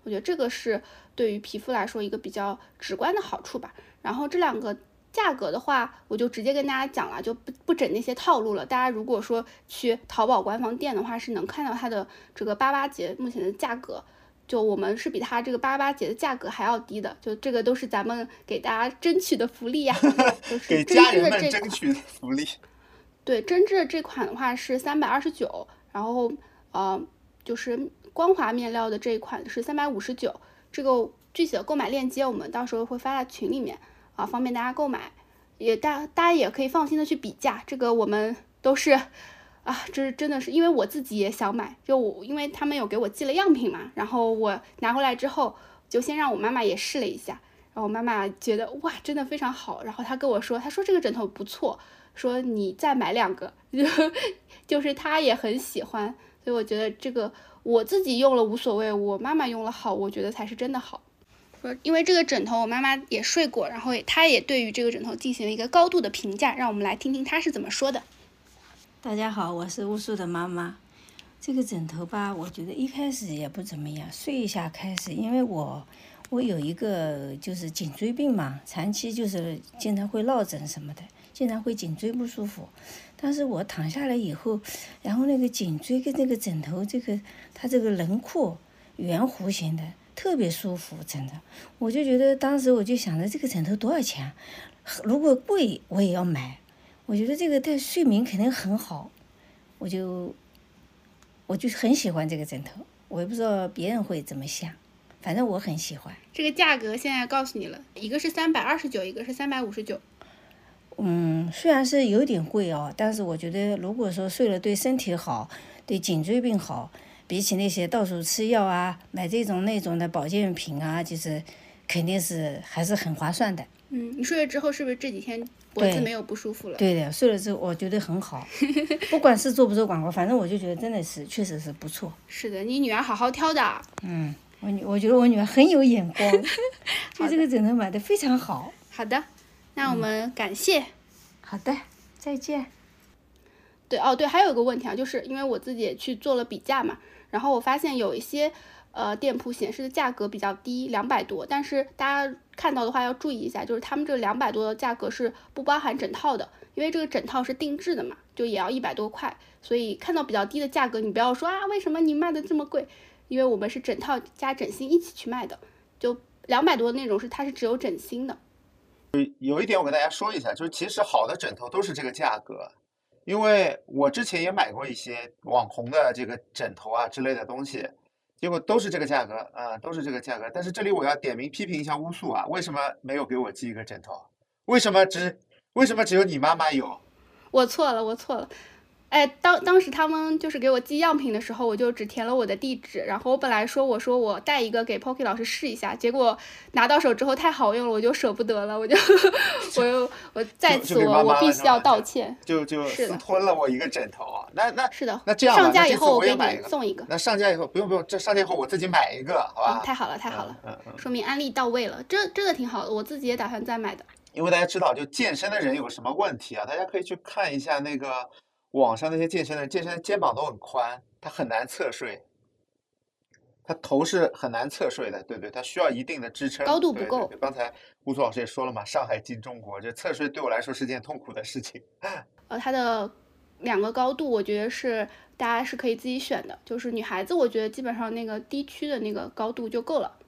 我觉得这个是对于皮肤来说一个比较直观的好处吧。然后这2个价格的话，我就直接跟大家讲了，就不整那些套路了。大家如果说去淘宝官方店的话，是能看到它的这个88节目前的价格，就我们是比它这个88节的价格还要低的，就这个都是咱们给大家争取的福利呀，就是给家人们争取的福利。 对，针织的这款的话是329，然后就是光滑面料的这一款是359。这个具体的购买链接我们到时候会发在群里面啊，方便大家购买。也大家也可以放心的去比价，这个我们都是这真的是因为我自己也想买，因为他们有给我寄了样品嘛，然后我拿回来之后就先让我妈妈也试了一下，然后我妈妈觉得哇真的非常好，然后她跟我说，她说这个枕头不错，说你再买2个，就是她也很喜欢，所以我觉得这个我自己用了无所谓，我妈妈用了好，我觉得才是真的好。因为这个枕头我妈妈也睡过，然后她也对于这个枕头进行了一个高度的评价，让我们来听听她是怎么说的。 大家好，我是乌素的妈妈。这个枕头吧，我觉得一开始也不怎么样，睡一下开始，因为我有一个就是颈椎病嘛，长期就是经常会落枕什么的，经常会颈椎不舒服。但是我躺下来以后，然后那个颈椎跟这个枕头它这个轮廓圆弧形的特别舒服，真的。我就觉得当时我就想着这个枕头多少钱，如果贵我也要买。我觉得这个对睡眠肯定很好，我就很喜欢这个枕头。我也不知道别人会怎么想，反正我很喜欢。 这个价格现在告诉你了，一个是329，一个是359。 虽然是有点贵哦，但是我觉得如果说睡了对身体好，对颈椎病好，比起那些到处吃药啊，买这种那种的保健品啊，就是肯定是还是很划算的。 你睡了之后是不是这几天脖子没有不舒服了？ 对的，睡了之后我觉得很好，不管是做不做广告，反正我就觉得真的是确实是不错。 是的，你女儿好好挑的。 我觉得我女儿很有眼光，就这个枕头买的非常好。 好的，那我们感谢。 好的，再见。 对，还有一个问题啊，就是因为我自己也去做了比价嘛，然后我发现有一些店铺显示的价格比较低，200多，但是大家看到的话要注意一下，就是他们这200多的价格是不包含整套的，因为这个整套是定制的嘛，就也要100多块，所以看到比较低的价格，你不要说为什么你卖的这么贵，因为我们是整套加枕芯一起去卖的，就200多的那种它是只有枕芯的。 有一点我跟大家说一下，就是其实好的枕头都是这个价格，因为我之前也买过一些网红的这个枕头啊之类的东西，结果都是这个价格都是这个价格。但是这里我要点名批评一下乌素啊，为什么没有给我寄一个枕头？为什么只有你妈妈有？ 我错了。当时他们就是给我寄样品的时候，我就只填了我的地址，然后我本来说我带一个给 Pocky 老师试一下，结果拿到手之后太好用了，我就舍不得了，我在此我必须要道歉， 就私吞了我一个枕头啊！那是的， 那这样吧， 上架以后我给你送一个。 那上架以后不用，这上架以后我自己买一个，好吧？ 太好了，说明安利到位了，这个挺好的，我自己也打算再买的。 因为大家知道，就健身的人有什么问题啊？大家可以去看一下那个网上那些健身的肩膀都很宽，他很难侧睡，他头是很难侧睡的，对，他需要一定的支撑， 高度不够。 对，刚才乌苏老师也说了嘛，上海进中国，这侧睡对我来说是件痛苦的事情。 它的2个高度，我觉得是大家是可以自己选的，就是女孩子，我觉得基本上那个低区的那个高度就够了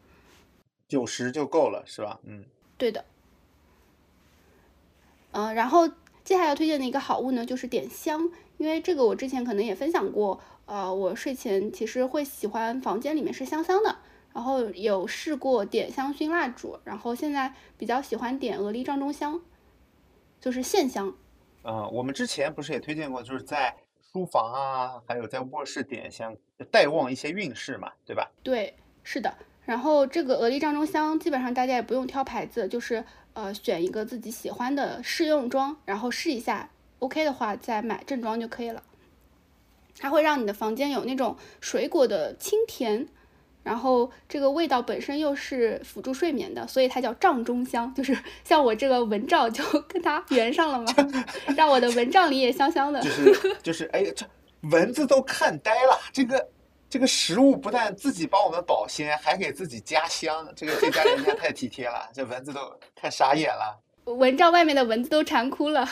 ，90就够了，是吧？ 对的。然后接下来要推荐的一个好物呢，就是点香，因为这个我之前可能也分享过，我睡前其实会喜欢房间里面是香香的，然后有试过点香薰蜡烛，然后现在比较喜欢点鹅梨帐中香，就是线香。 我们之前不是也推荐过，就是在书房啊，还有在卧室点香，带旺一些运势嘛，对吧？ 对，是的。然后这个鹅梨帐中香基本上大家也不用挑牌子，就是选一个自己喜欢的试用装，然后试一下 OK 的话再买正装就可以了。它会让你的房间有那种水果的清甜，然后这个味道本身又是辅助睡眠的，所以它叫帐中香，就是像我这个蚊帐就跟它圆上了嘛，让我的蚊帐里也香香的。 就是哎，这蚊子都看呆了，这个这个食物不但自己帮我们保鲜，还给自己加香，这家人家太体贴了，这蚊子都看傻眼了。 蚊帐外面的蚊子都馋哭了。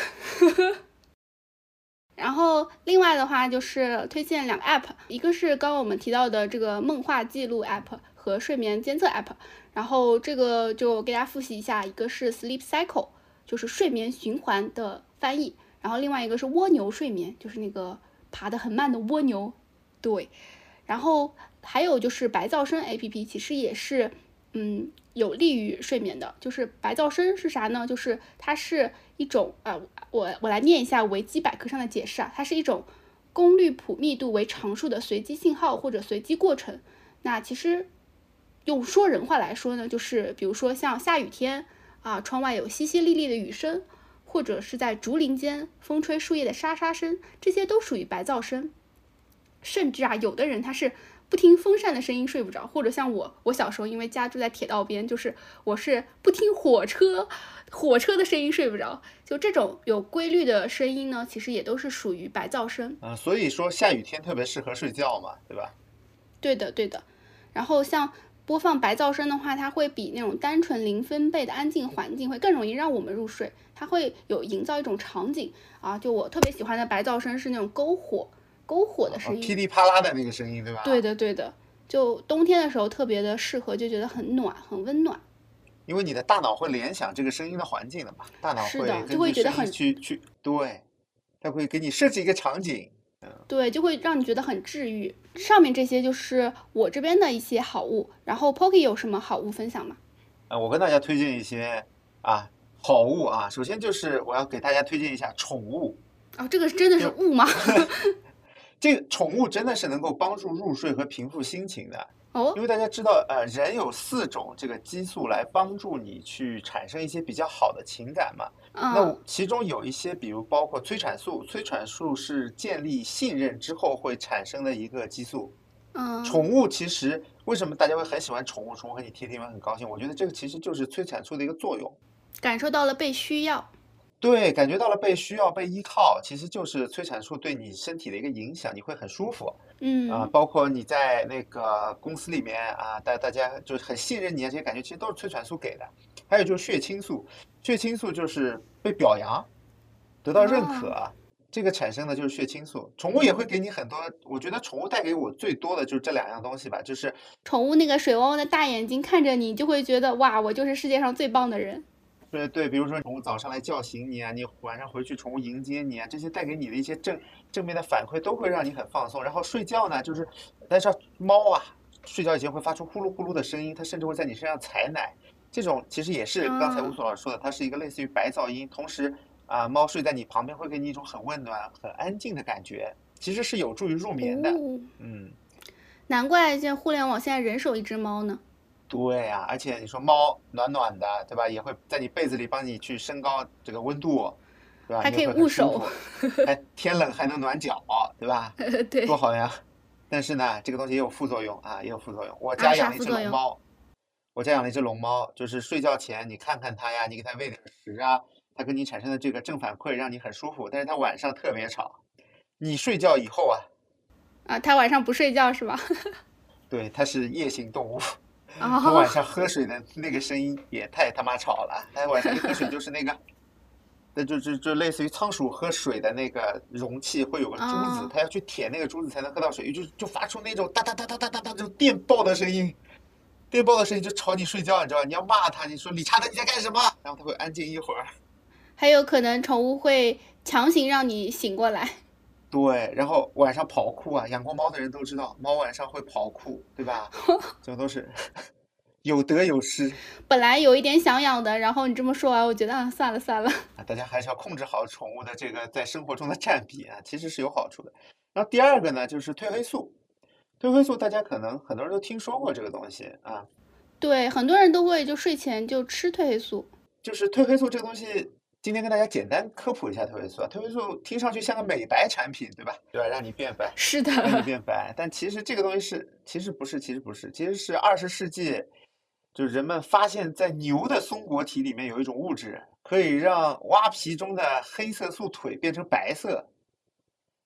然后另外的话就是推荐2个 app， 一个是刚刚我们提到的这个梦话记录 app 和睡眠监测 app， 然后这个就给大家复习一下，一个是 Sleep Cycle， 就是睡眠循环的翻译，然后另外一个是蜗牛睡眠，就是那个爬得很慢的蜗牛，对，然后还有就是白噪声 app， 其实也是有利于睡眠的。就是白噪声是啥呢？就是它是一种我来念一下维基百科上的解释啊，它是一种功率谱密度为常数的随机信号或者随机过程。那其实用说人话来说呢，就是比如说像下雨天啊，窗外有淅淅沥沥的雨声，或者是在竹林间风吹树叶的沙沙声，这些都属于白噪声。甚至啊，有的人他是不听风扇的声音睡不着，或者像我小时候因为家住在铁道边，就是我是不听火车的声音睡不着。就这种有规律的声音呢，其实也都是属于白噪声。 所以说下雨天特别适合睡觉嘛，对吧？ 对的对的。然后像播放白噪声的话，它会比那种单纯零分贝的安静环境会更容易让我们入睡，它会有营造一种场景啊。就我特别喜欢的白噪声是那种篝火的声音， 噼里啪啦的那个声音，对吧？ 对的对的，就冬天的时候特别的适合，就觉得很暖很温暖。 因为你的大脑会联想这个声音的环境的嘛，大脑会就会觉得很对，它会给你设置一个场景， 对，就会让你觉得很治愈。上面这些就是我这边的一些好物，然后 Pocky 有什么好物分享吗？ 我跟大家推荐一些好物啊。首先就是我要给大家推荐一下宠物。 这个真的是物吗？ 这个宠物真的是能够帮助入睡和平复心情的。因为大家知道，人有4种这个激素来帮助你去产生一些比较好的情感嘛。那其中有一些，比如包括催产素，催产素是建立信任之后会产生的一个激素。宠物其实为什么大家会很喜欢宠物？宠物和你贴贴很高兴，我觉得这个其实就是催产素的一个作用， 感受到了被需要。 对，感觉到了被需要、被依靠，其实就是催产素对你身体的一个影响，你会很舒服。包括你在那个公司里面啊，大家就很信任你啊，这些感觉其实都是催产素给的。还有就是血清素，血清素就是被表扬、得到认可，这个产生的就是血清素。宠物也会给你很多，我觉得宠物带给我最多的就是这2样东西吧，就是宠物那个水汪汪的大眼睛看着你，就会觉得哇，我就是世界上最棒的人。 对，比如说宠物早上来叫醒你啊，你晚上回去宠物迎接你啊，这些带给你的一些正面的反馈，都会让你很放松。然后睡觉呢，就是但是猫啊，睡觉以前会发出呼噜呼噜的声音，它甚至会在你身上采奶，这种其实也是刚才乌索老师说的，它是一个类似于白噪音。同时猫睡在你旁边会给你一种很温暖、很安静的感觉，其实是有助于入眠的。 难怪现在互联网现在人手一只猫呢。 对呀，而且你说猫暖暖的，对吧？也会在你被子里帮你去升高这个温度，对吧？ 还可以捂手， 天冷还能暖脚，对吧？ 对， 多好呀！但是呢，这个东西也有副作用啊，也有副作用。我家养了一只龙猫，就是睡觉前你看看它呀，你给它喂点食啊，它跟你产生的这个正反馈让你很舒服。但是它晚上特别吵，你睡觉以后它晚上不睡觉是吧？ 对，它是夜行动物。它晚上喝水的那个声音也太他妈吵了。它晚上一喝水就是那个，那就类似于仓鼠喝水的那个容器会有个珠子，它要去舔那个珠子才能喝到水，就发出那种哒哒哒哒哒哒哒这种电报的声音，就吵你睡觉，你知道吧？你要骂它，你说理查德你在干什么？然后它会安静一会儿。还有可能宠物会强行让你醒过来。 对，然后晚上跑酷啊，养过猫的人都知道，猫晚上会跑酷，对吧？这都是有得有失。 本来有一点想养的，然后你这么说完，我觉得算了。 大家还是要控制好宠物的这个在生活中的占比啊，其实是有好处的。然后第二个呢，就是褪黑素。褪黑素大家可能很多人都听说过这个东西啊。 对，很多人都会就睡前就吃褪黑素。 就是褪黑素这个东西。今天跟大家简单科普一下褪黑素褪黑素听上去像个美白产品，对吧？对吧？让你变白。 是的。 让你变白，但其实这个东西其实不是20世纪，就是人们发现，在牛的松果体里面有一种物质，可以让蛙皮中的黑色素腿变成白色。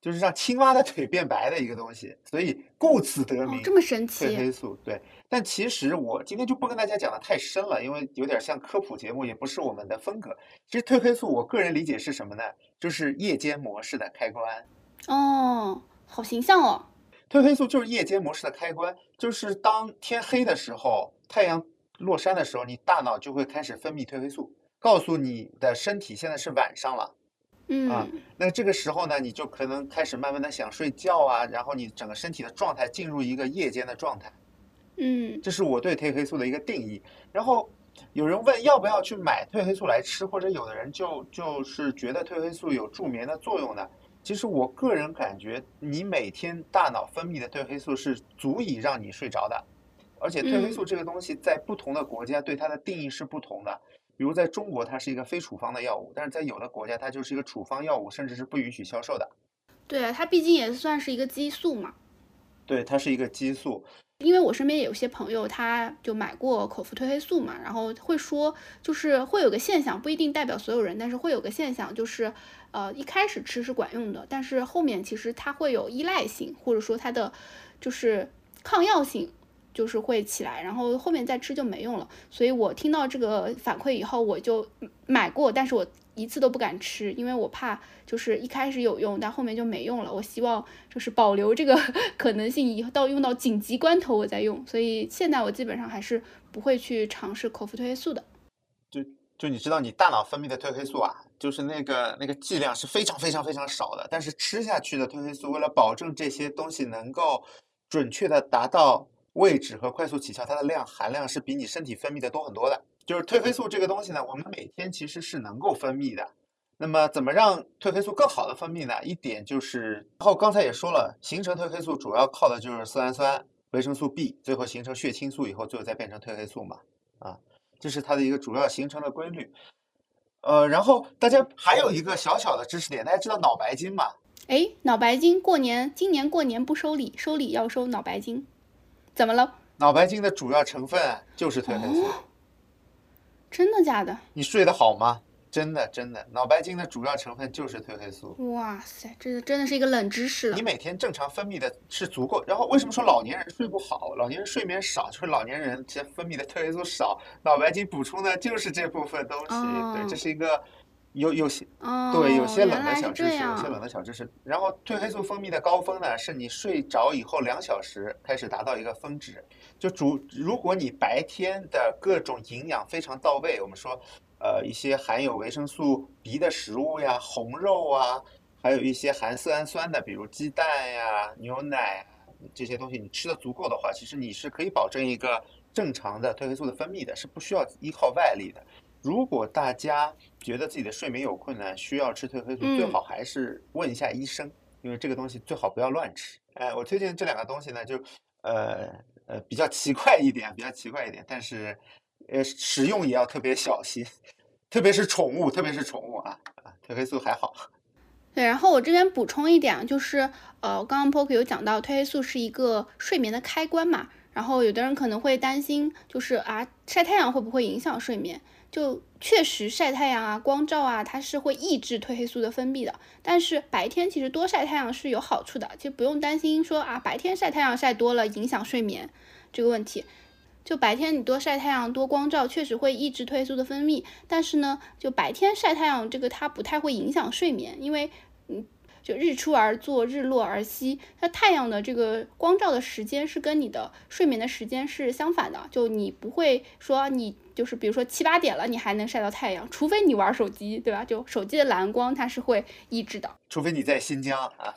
就是让青蛙的腿变白的一个东西，所以故此得哦， 名这么神褪奇。 黑素。对，但其实我今天就不跟大家讲的太深了，因为有点像科普节目，也不是我们的风格。其实褪黑素我个人理解是什么呢？就是夜间模式的开关。 哦，好形象哦。 褪黑素就是夜间模式的开关，就是当天黑的时候，太阳落山的时候，你大脑就会开始分泌褪黑素，告诉你的身体现在是晚上了。啊， 嗯那这个时候呢，你就可能开始慢慢的想睡觉啊，然后你整个身体的状态进入一个夜间的状态， 嗯这是我对褪黑素的一个定义。然后有人问要不要去买褪黑素来吃，或者有的人就是觉得褪黑素有助眠的作用呢？其实我个人感觉，你每天大脑分泌的褪黑素是足以让你睡着的。而且褪黑嗯。 素这个东西在不同的国家对它的定义是不同的。比如在中国，它是一个非处方的药物，但是在有的国家，它就是一个处方药物，甚至是不允许销售的。 对啊，它毕竟也算是一个激素嘛。 对，它是一个激素。 因为我身边也有些朋友，他就买过口服褪黑素嘛，然后会说，就是会有个现象，不一定代表所有人，但是会有个现象，就是一开始吃是管用的，但是后面其实它会有依赖性，或者说它的就是抗药性。就是会起来，然后后面再吃就没用了。所以我听到这个反馈以后，我就买过，但是我一次都不敢吃，因为我怕就是一开始有用，但后面就没用了。我希望就是保留这个可能性，以后用到紧急关头我再用。所以现在我基本上还是不会去尝试口服褪黑素的。 就你知道，你大脑分泌的褪黑素啊，就是那个剂量是非常非常非常少的，但是吃下去的褪黑素，为了保证这些东西能够准确的达到位置和快速起效，它的含量是比你身体分泌的多很多的。就是褪黑素这个东西呢，我们每天其实是能够分泌的。那么怎么让褪黑素更好的分泌呢？一点就是，然后刚才也说了，形成褪黑素主要靠的就是色氨酸、维生素 B，最后形成血清素以后，最后再变成褪黑素嘛。啊，这是它的一个主要形成的规律。然后大家还有一个小小的知识点，大家知道脑白金吗？ 哎，脑白金今年过年不收礼，收礼要收脑白金，怎么了？ 脑白金的主要成分就是褪黑素。 哦，真的假的？ 你睡得好吗？真的真的，脑白金的主要成分就是褪黑素。 哇塞，这真的是一个冷知识了。 你每天正常分泌的是足够，然后为什么说老年人睡不好？老年人睡眠少，就是老年人其实分泌的褪黑素少，脑白金补充的就是这部分东西。对，这哦是一个有些对有哦， 些冷的原来是小知识，有些这样。 冷的小知识。然后褪黑素分泌的高峰呢，是你睡着以后2小时开始达到一个峰值。如果你白天的各种营养非常到位，我们说一些含有维生素 B 的食物呀，红肉啊，还有一些含色氨酸的，比如鸡蛋呀、牛奶这些东西，你吃的足够的话，其实你是可以保证一个正常的褪黑素的分泌的，是不需要依靠外力的。如果大家觉得自己的睡眠有困难，需要吃褪黑素，最好还是问一下医生，因为这个东西最好不要乱吃。我推荐这两个东西呢，就比较奇怪一点，但是使用也要特别小心，特别是宠物啊，褪黑素还好。 对，然后我这边补充一点，就是刚刚 Poke 有讲到褪黑素是一个睡眠的开关嘛，然后有的人可能会担心，就是晒太阳会不会影响睡眠？就确实晒太阳啊、光照啊，它是会抑制褪黑素的分泌的。但是白天其实多晒太阳是有好处的，其实不用担心说白天晒太阳晒多了影响睡眠这个问题。就白天你多晒太阳、多光照，确实会抑制褪黑素的分泌，但是呢，就白天晒太阳这个它不太会影响睡眠，因为就日出而作，日落而息，它太阳的这个光照的时间是跟你的睡眠的时间是相反的，就你不会说你就是比如说7、8点了，你还能晒到太阳，除非你玩手机，对吧？就手机的蓝光它是会抑制的， 除非你在新疆啊。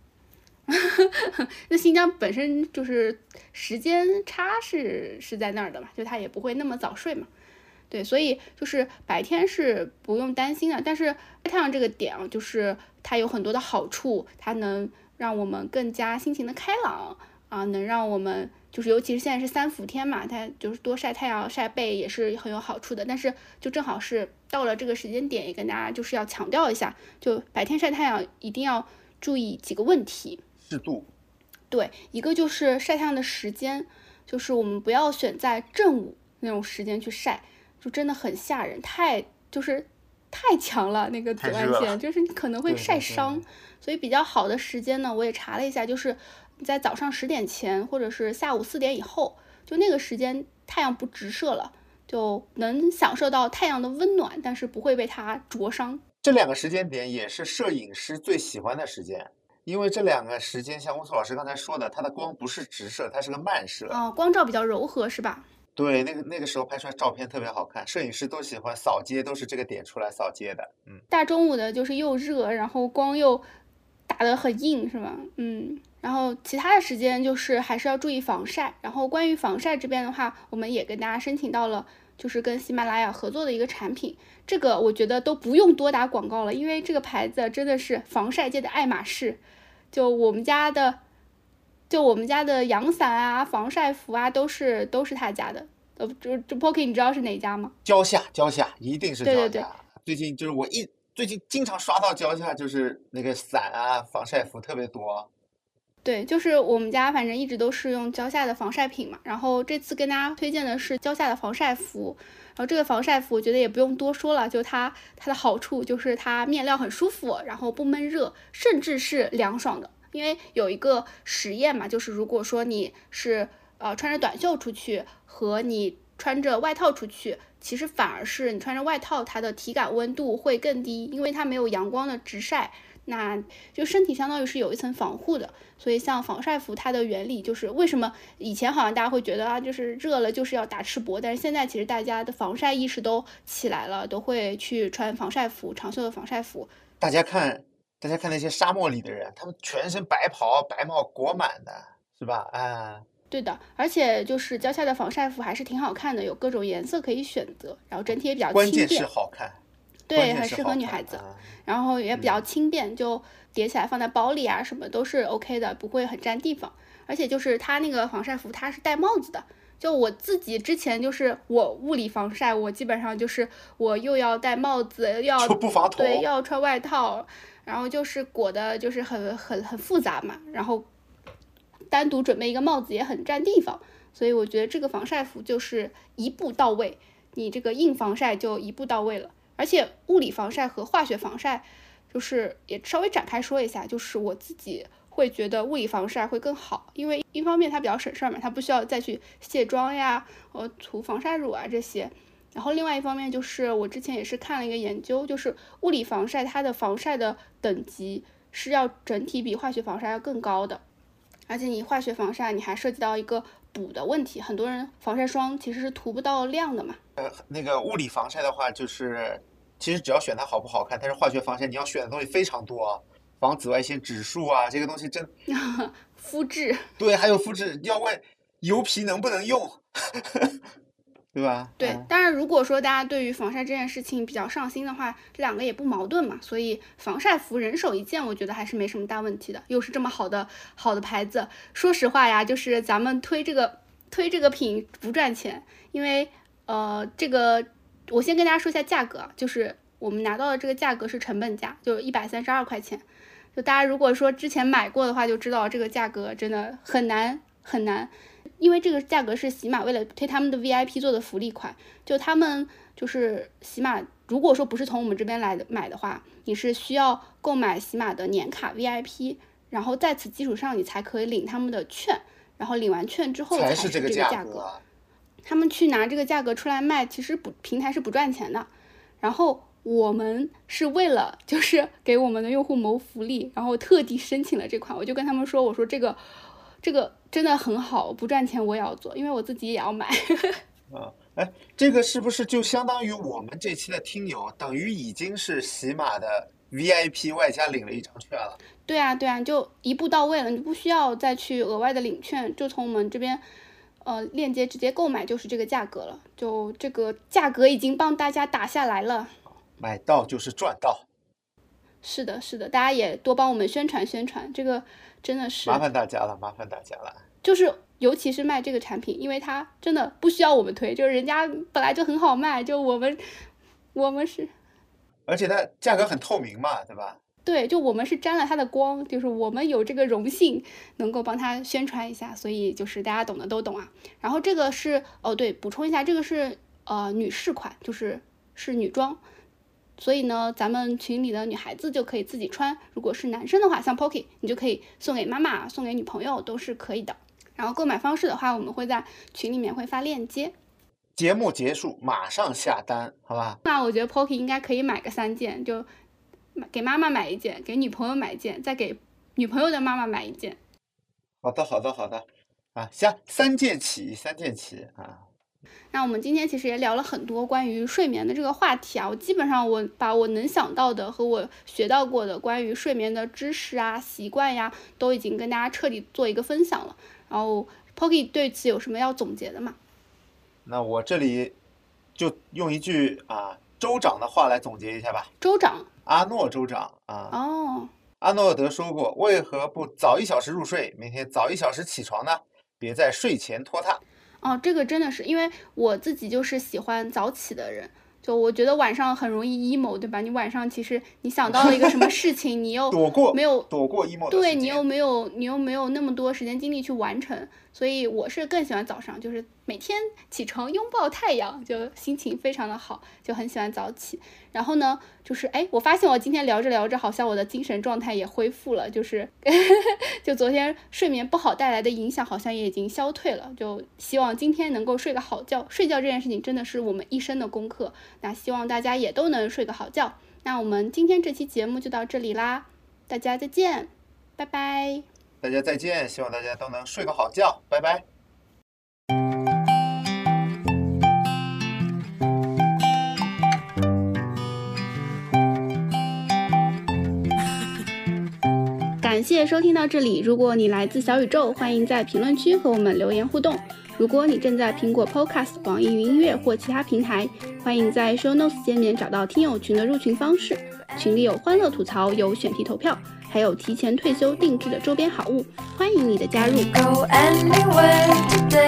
那新疆本身就是时间差是在那儿的嘛，就它也不会那么早睡嘛。对，所以就是白天是不用担心的，但是太阳这个点就是它有很多的好处，它能让我们更加心情的开朗能让我们就是尤其是现在是3伏天嘛，它就是多晒太阳、晒背也是很有好处的。但是就正好是到了这个时间点，也跟大家就是要强调一下，就白天晒太阳一定要注意几个问题。 适度。 对，一个就是晒太阳的时间，就是我们不要选在正午那种时间去晒，就真的很吓人，就是太强了，那个紫外太热了线就是你可能会对对晒伤。 对所以比较好的时间呢，我也查了一下，就是你在早上10点前，或者是下午4点以后，就那个时间太阳不直射了，就能享受到太阳的温暖，但是不会被它灼伤。 这两个时间点也是摄影师最喜欢的时间，因为这两个时间像乌苏老师刚才说的，它的光不是直射，它是个漫射。 光照比较柔和，是吧？ 对，那个时候拍出来照片特别好看，摄影师都喜欢扫街，都是这个点出来扫街的。 大中午的就是又热，然后光又打得很硬，是吧？然后其他的时间就是还是要注意防晒。然后关于防晒这边的话，我们也跟大家申请到了，就是跟喜马拉雅合作的一个产品。这个我觉得都不用多打广告了，因为这个牌子真的是防晒界的爱马仕。就我们家的阳伞啊、防晒服啊，都是他家的。这 Pocky 你知道是哪家吗？ 蕉下一定是蕉下。 对对对最近就是最近经常刷到蕉下，就是那个伞啊、防晒服特别多。 对，就是我们家反正一直都是用蕉下的防晒品嘛，然后这次跟大家推荐的是蕉下的防晒服。然后这个防晒服我觉得也不用多说了，就它的好处就是它面料很舒服，然后不闷热，甚至是凉爽的。因为有一个实验嘛，就是如果说你是穿着短袖出去和你穿着外套出去，其实反而是你穿着外套它的体感温度会更低，因为它没有阳光的直晒，那就身体相当于是有一层防护的。所以像防晒服它的原理就是为什么以前好像大家会觉得就是热了就是要打赤膊，但是现在其实大家的防晒意识都起来了，都会去穿防晒服，长袖的防晒服。 大家看那些沙漠里的人，他们全身白袍白帽裹满的，是吧？ 对的，而且就是蕉下的防晒服还是挺好看的，有各种颜色可以选择，然后整体也比较轻便。 关键是好看。 对，很适合女孩子，然后也比较轻便，就叠起来放在包里啊，什么都是 OK 的，不会很占地方。而且就是它那个防晒服，它是戴帽子的。就我自己之前就是我物理防晒，我基本上就是我又要戴帽子，要就不防头， 对，要穿外套，然后就是裹的就是很复杂嘛，然后单独准备一个帽子也很占地方，所以我觉得这个防晒服就是一步到位，你这个硬防晒就一步到位了。而且物理防晒和化学防晒，就是也稍微展开说一下，就是我自己会觉得物理防晒会更好，因为一方面它比较省事儿嘛，它不需要再去卸妆呀、涂防晒乳啊这些。然后另外一方面就是我之前也是看了一个研究，就是物理防晒它的防晒的等级是要整体比化学防晒要更高的，而且你化学防晒你还涉及到一个补的问题，很多人防晒霜其实是涂不到量的嘛。 那个物理防晒的话，就是其实只要选它好不好看，但是化学防晒你要选的东西非常多啊，防紫外线指数啊，这个东西真肤质， 对，还有肤质，要问油皮能不能用，对吧？ 对，当然如果说大家对于防晒这件事情比较上心的话，这两个也不矛盾嘛，所以防晒服人手一件，我觉得还是没什么大问题的，又是这么好的牌子。说实话呀，就是咱们推这个品不赚钱，因为这个我先跟大家说一下价格，就是我们拿到的这个价格是成本价，就132块钱。就大家如果说之前买过的话，就知道这个价格真的很难，因为这个价格是喜马为了推他们的 VIP 做的福利款。就他们就是喜马，如果说不是从我们这边买的话，你是需要购买喜马的年卡 VIP， 然后在此基础上你才可以领他们的券，然后领完券之后才是这个价格。他们去拿这个价格出来卖，其实平台是不赚钱的。然后我们是为了就是给我们的用户谋福利，然后特地申请了这款。我就跟他们说，我说这个真的很好，不赚钱我也要做，因为我自己也要买。 这个是不是就相当于我们这期的听友等于已经是喜马的 VIP 外加领了一张券了？ 对啊，就一步到位了，你不需要再去额外的领券，就从我们这边链接直接购买就是这个价格了，就这个价格已经帮大家打下来了， 买到就是赚到。 是的，大家也多帮我们宣传，这个真的是麻烦大家了。 就是尤其是卖这个产品，因为它真的不需要我们推，就是人家本来就很好卖，就我们是， 而且它价格很透明嘛，对吧？ 对，就我们是沾了它的光，就是我们有这个荣幸能够帮它宣传一下，所以就是大家懂的都懂啊。然后这个是对，补充一下，这个是女士款，就是女装， 所以呢，咱们群里的女孩子就可以自己穿，如果是男生的话，像 Pocky 你就可以送给妈妈，送给女朋友都是可以的。然后购买方式的话，我们会在群里面会发链接。 节目结束马上下单，好吧？ 那我觉得 Pocky 应该可以买个3件，就给妈妈买1件，给女朋友买1件，再给女朋友的妈妈买1件。 好的啊，行，3件起啊。 那我们今天其实也聊了很多关于睡眠的这个话题啊，我基本上把我能想到的和我学到过的关于睡眠的知识啊、习惯呀，都已经跟大家彻底做一个分享了。然后 Pocky 对此有什么要总结的吗？ 那我这里就用一句州长的话来总结一下吧。 州长？ 阿诺州长啊。 哦。 阿诺德说过，为何不早1小时入睡，每天早1小时起床呢？别在睡前拖沓。 哦，这个真的是，因为我自己就是喜欢早起的人，就我觉得晚上很容易 emo， 对吧？你晚上其实你想到了一个什么事情，你又没有躲过 emo 的时间， 对，你又没有那么多时间精力去完成，所以我是更喜欢早上，就是每天起床拥抱太阳，就心情非常的好，就很喜欢早起。然后呢，就是我发现我今天聊着聊着，好像我的精神状态也恢复了，就是就昨天睡眠不好带来的影响好像也已经消退了，就希望今天能够睡个好觉。睡觉这件事情真的是我们一生的功课，那希望大家也都能睡个好觉。那我们今天这期节目就到这里啦，大家再见，拜拜。 大家再见，希望大家都能睡个好觉，拜拜。 感谢收听到这里，如果你来自小宇宙，欢迎在评论区和我们留言互动。如果你正在苹果 Podcast、网易云音乐或其他平台，欢迎在 Show Notes 界面找到听友群的入群方式。群里有欢乐吐槽，有选题投票，还有提前退休定制的周边好物，欢迎你的加入。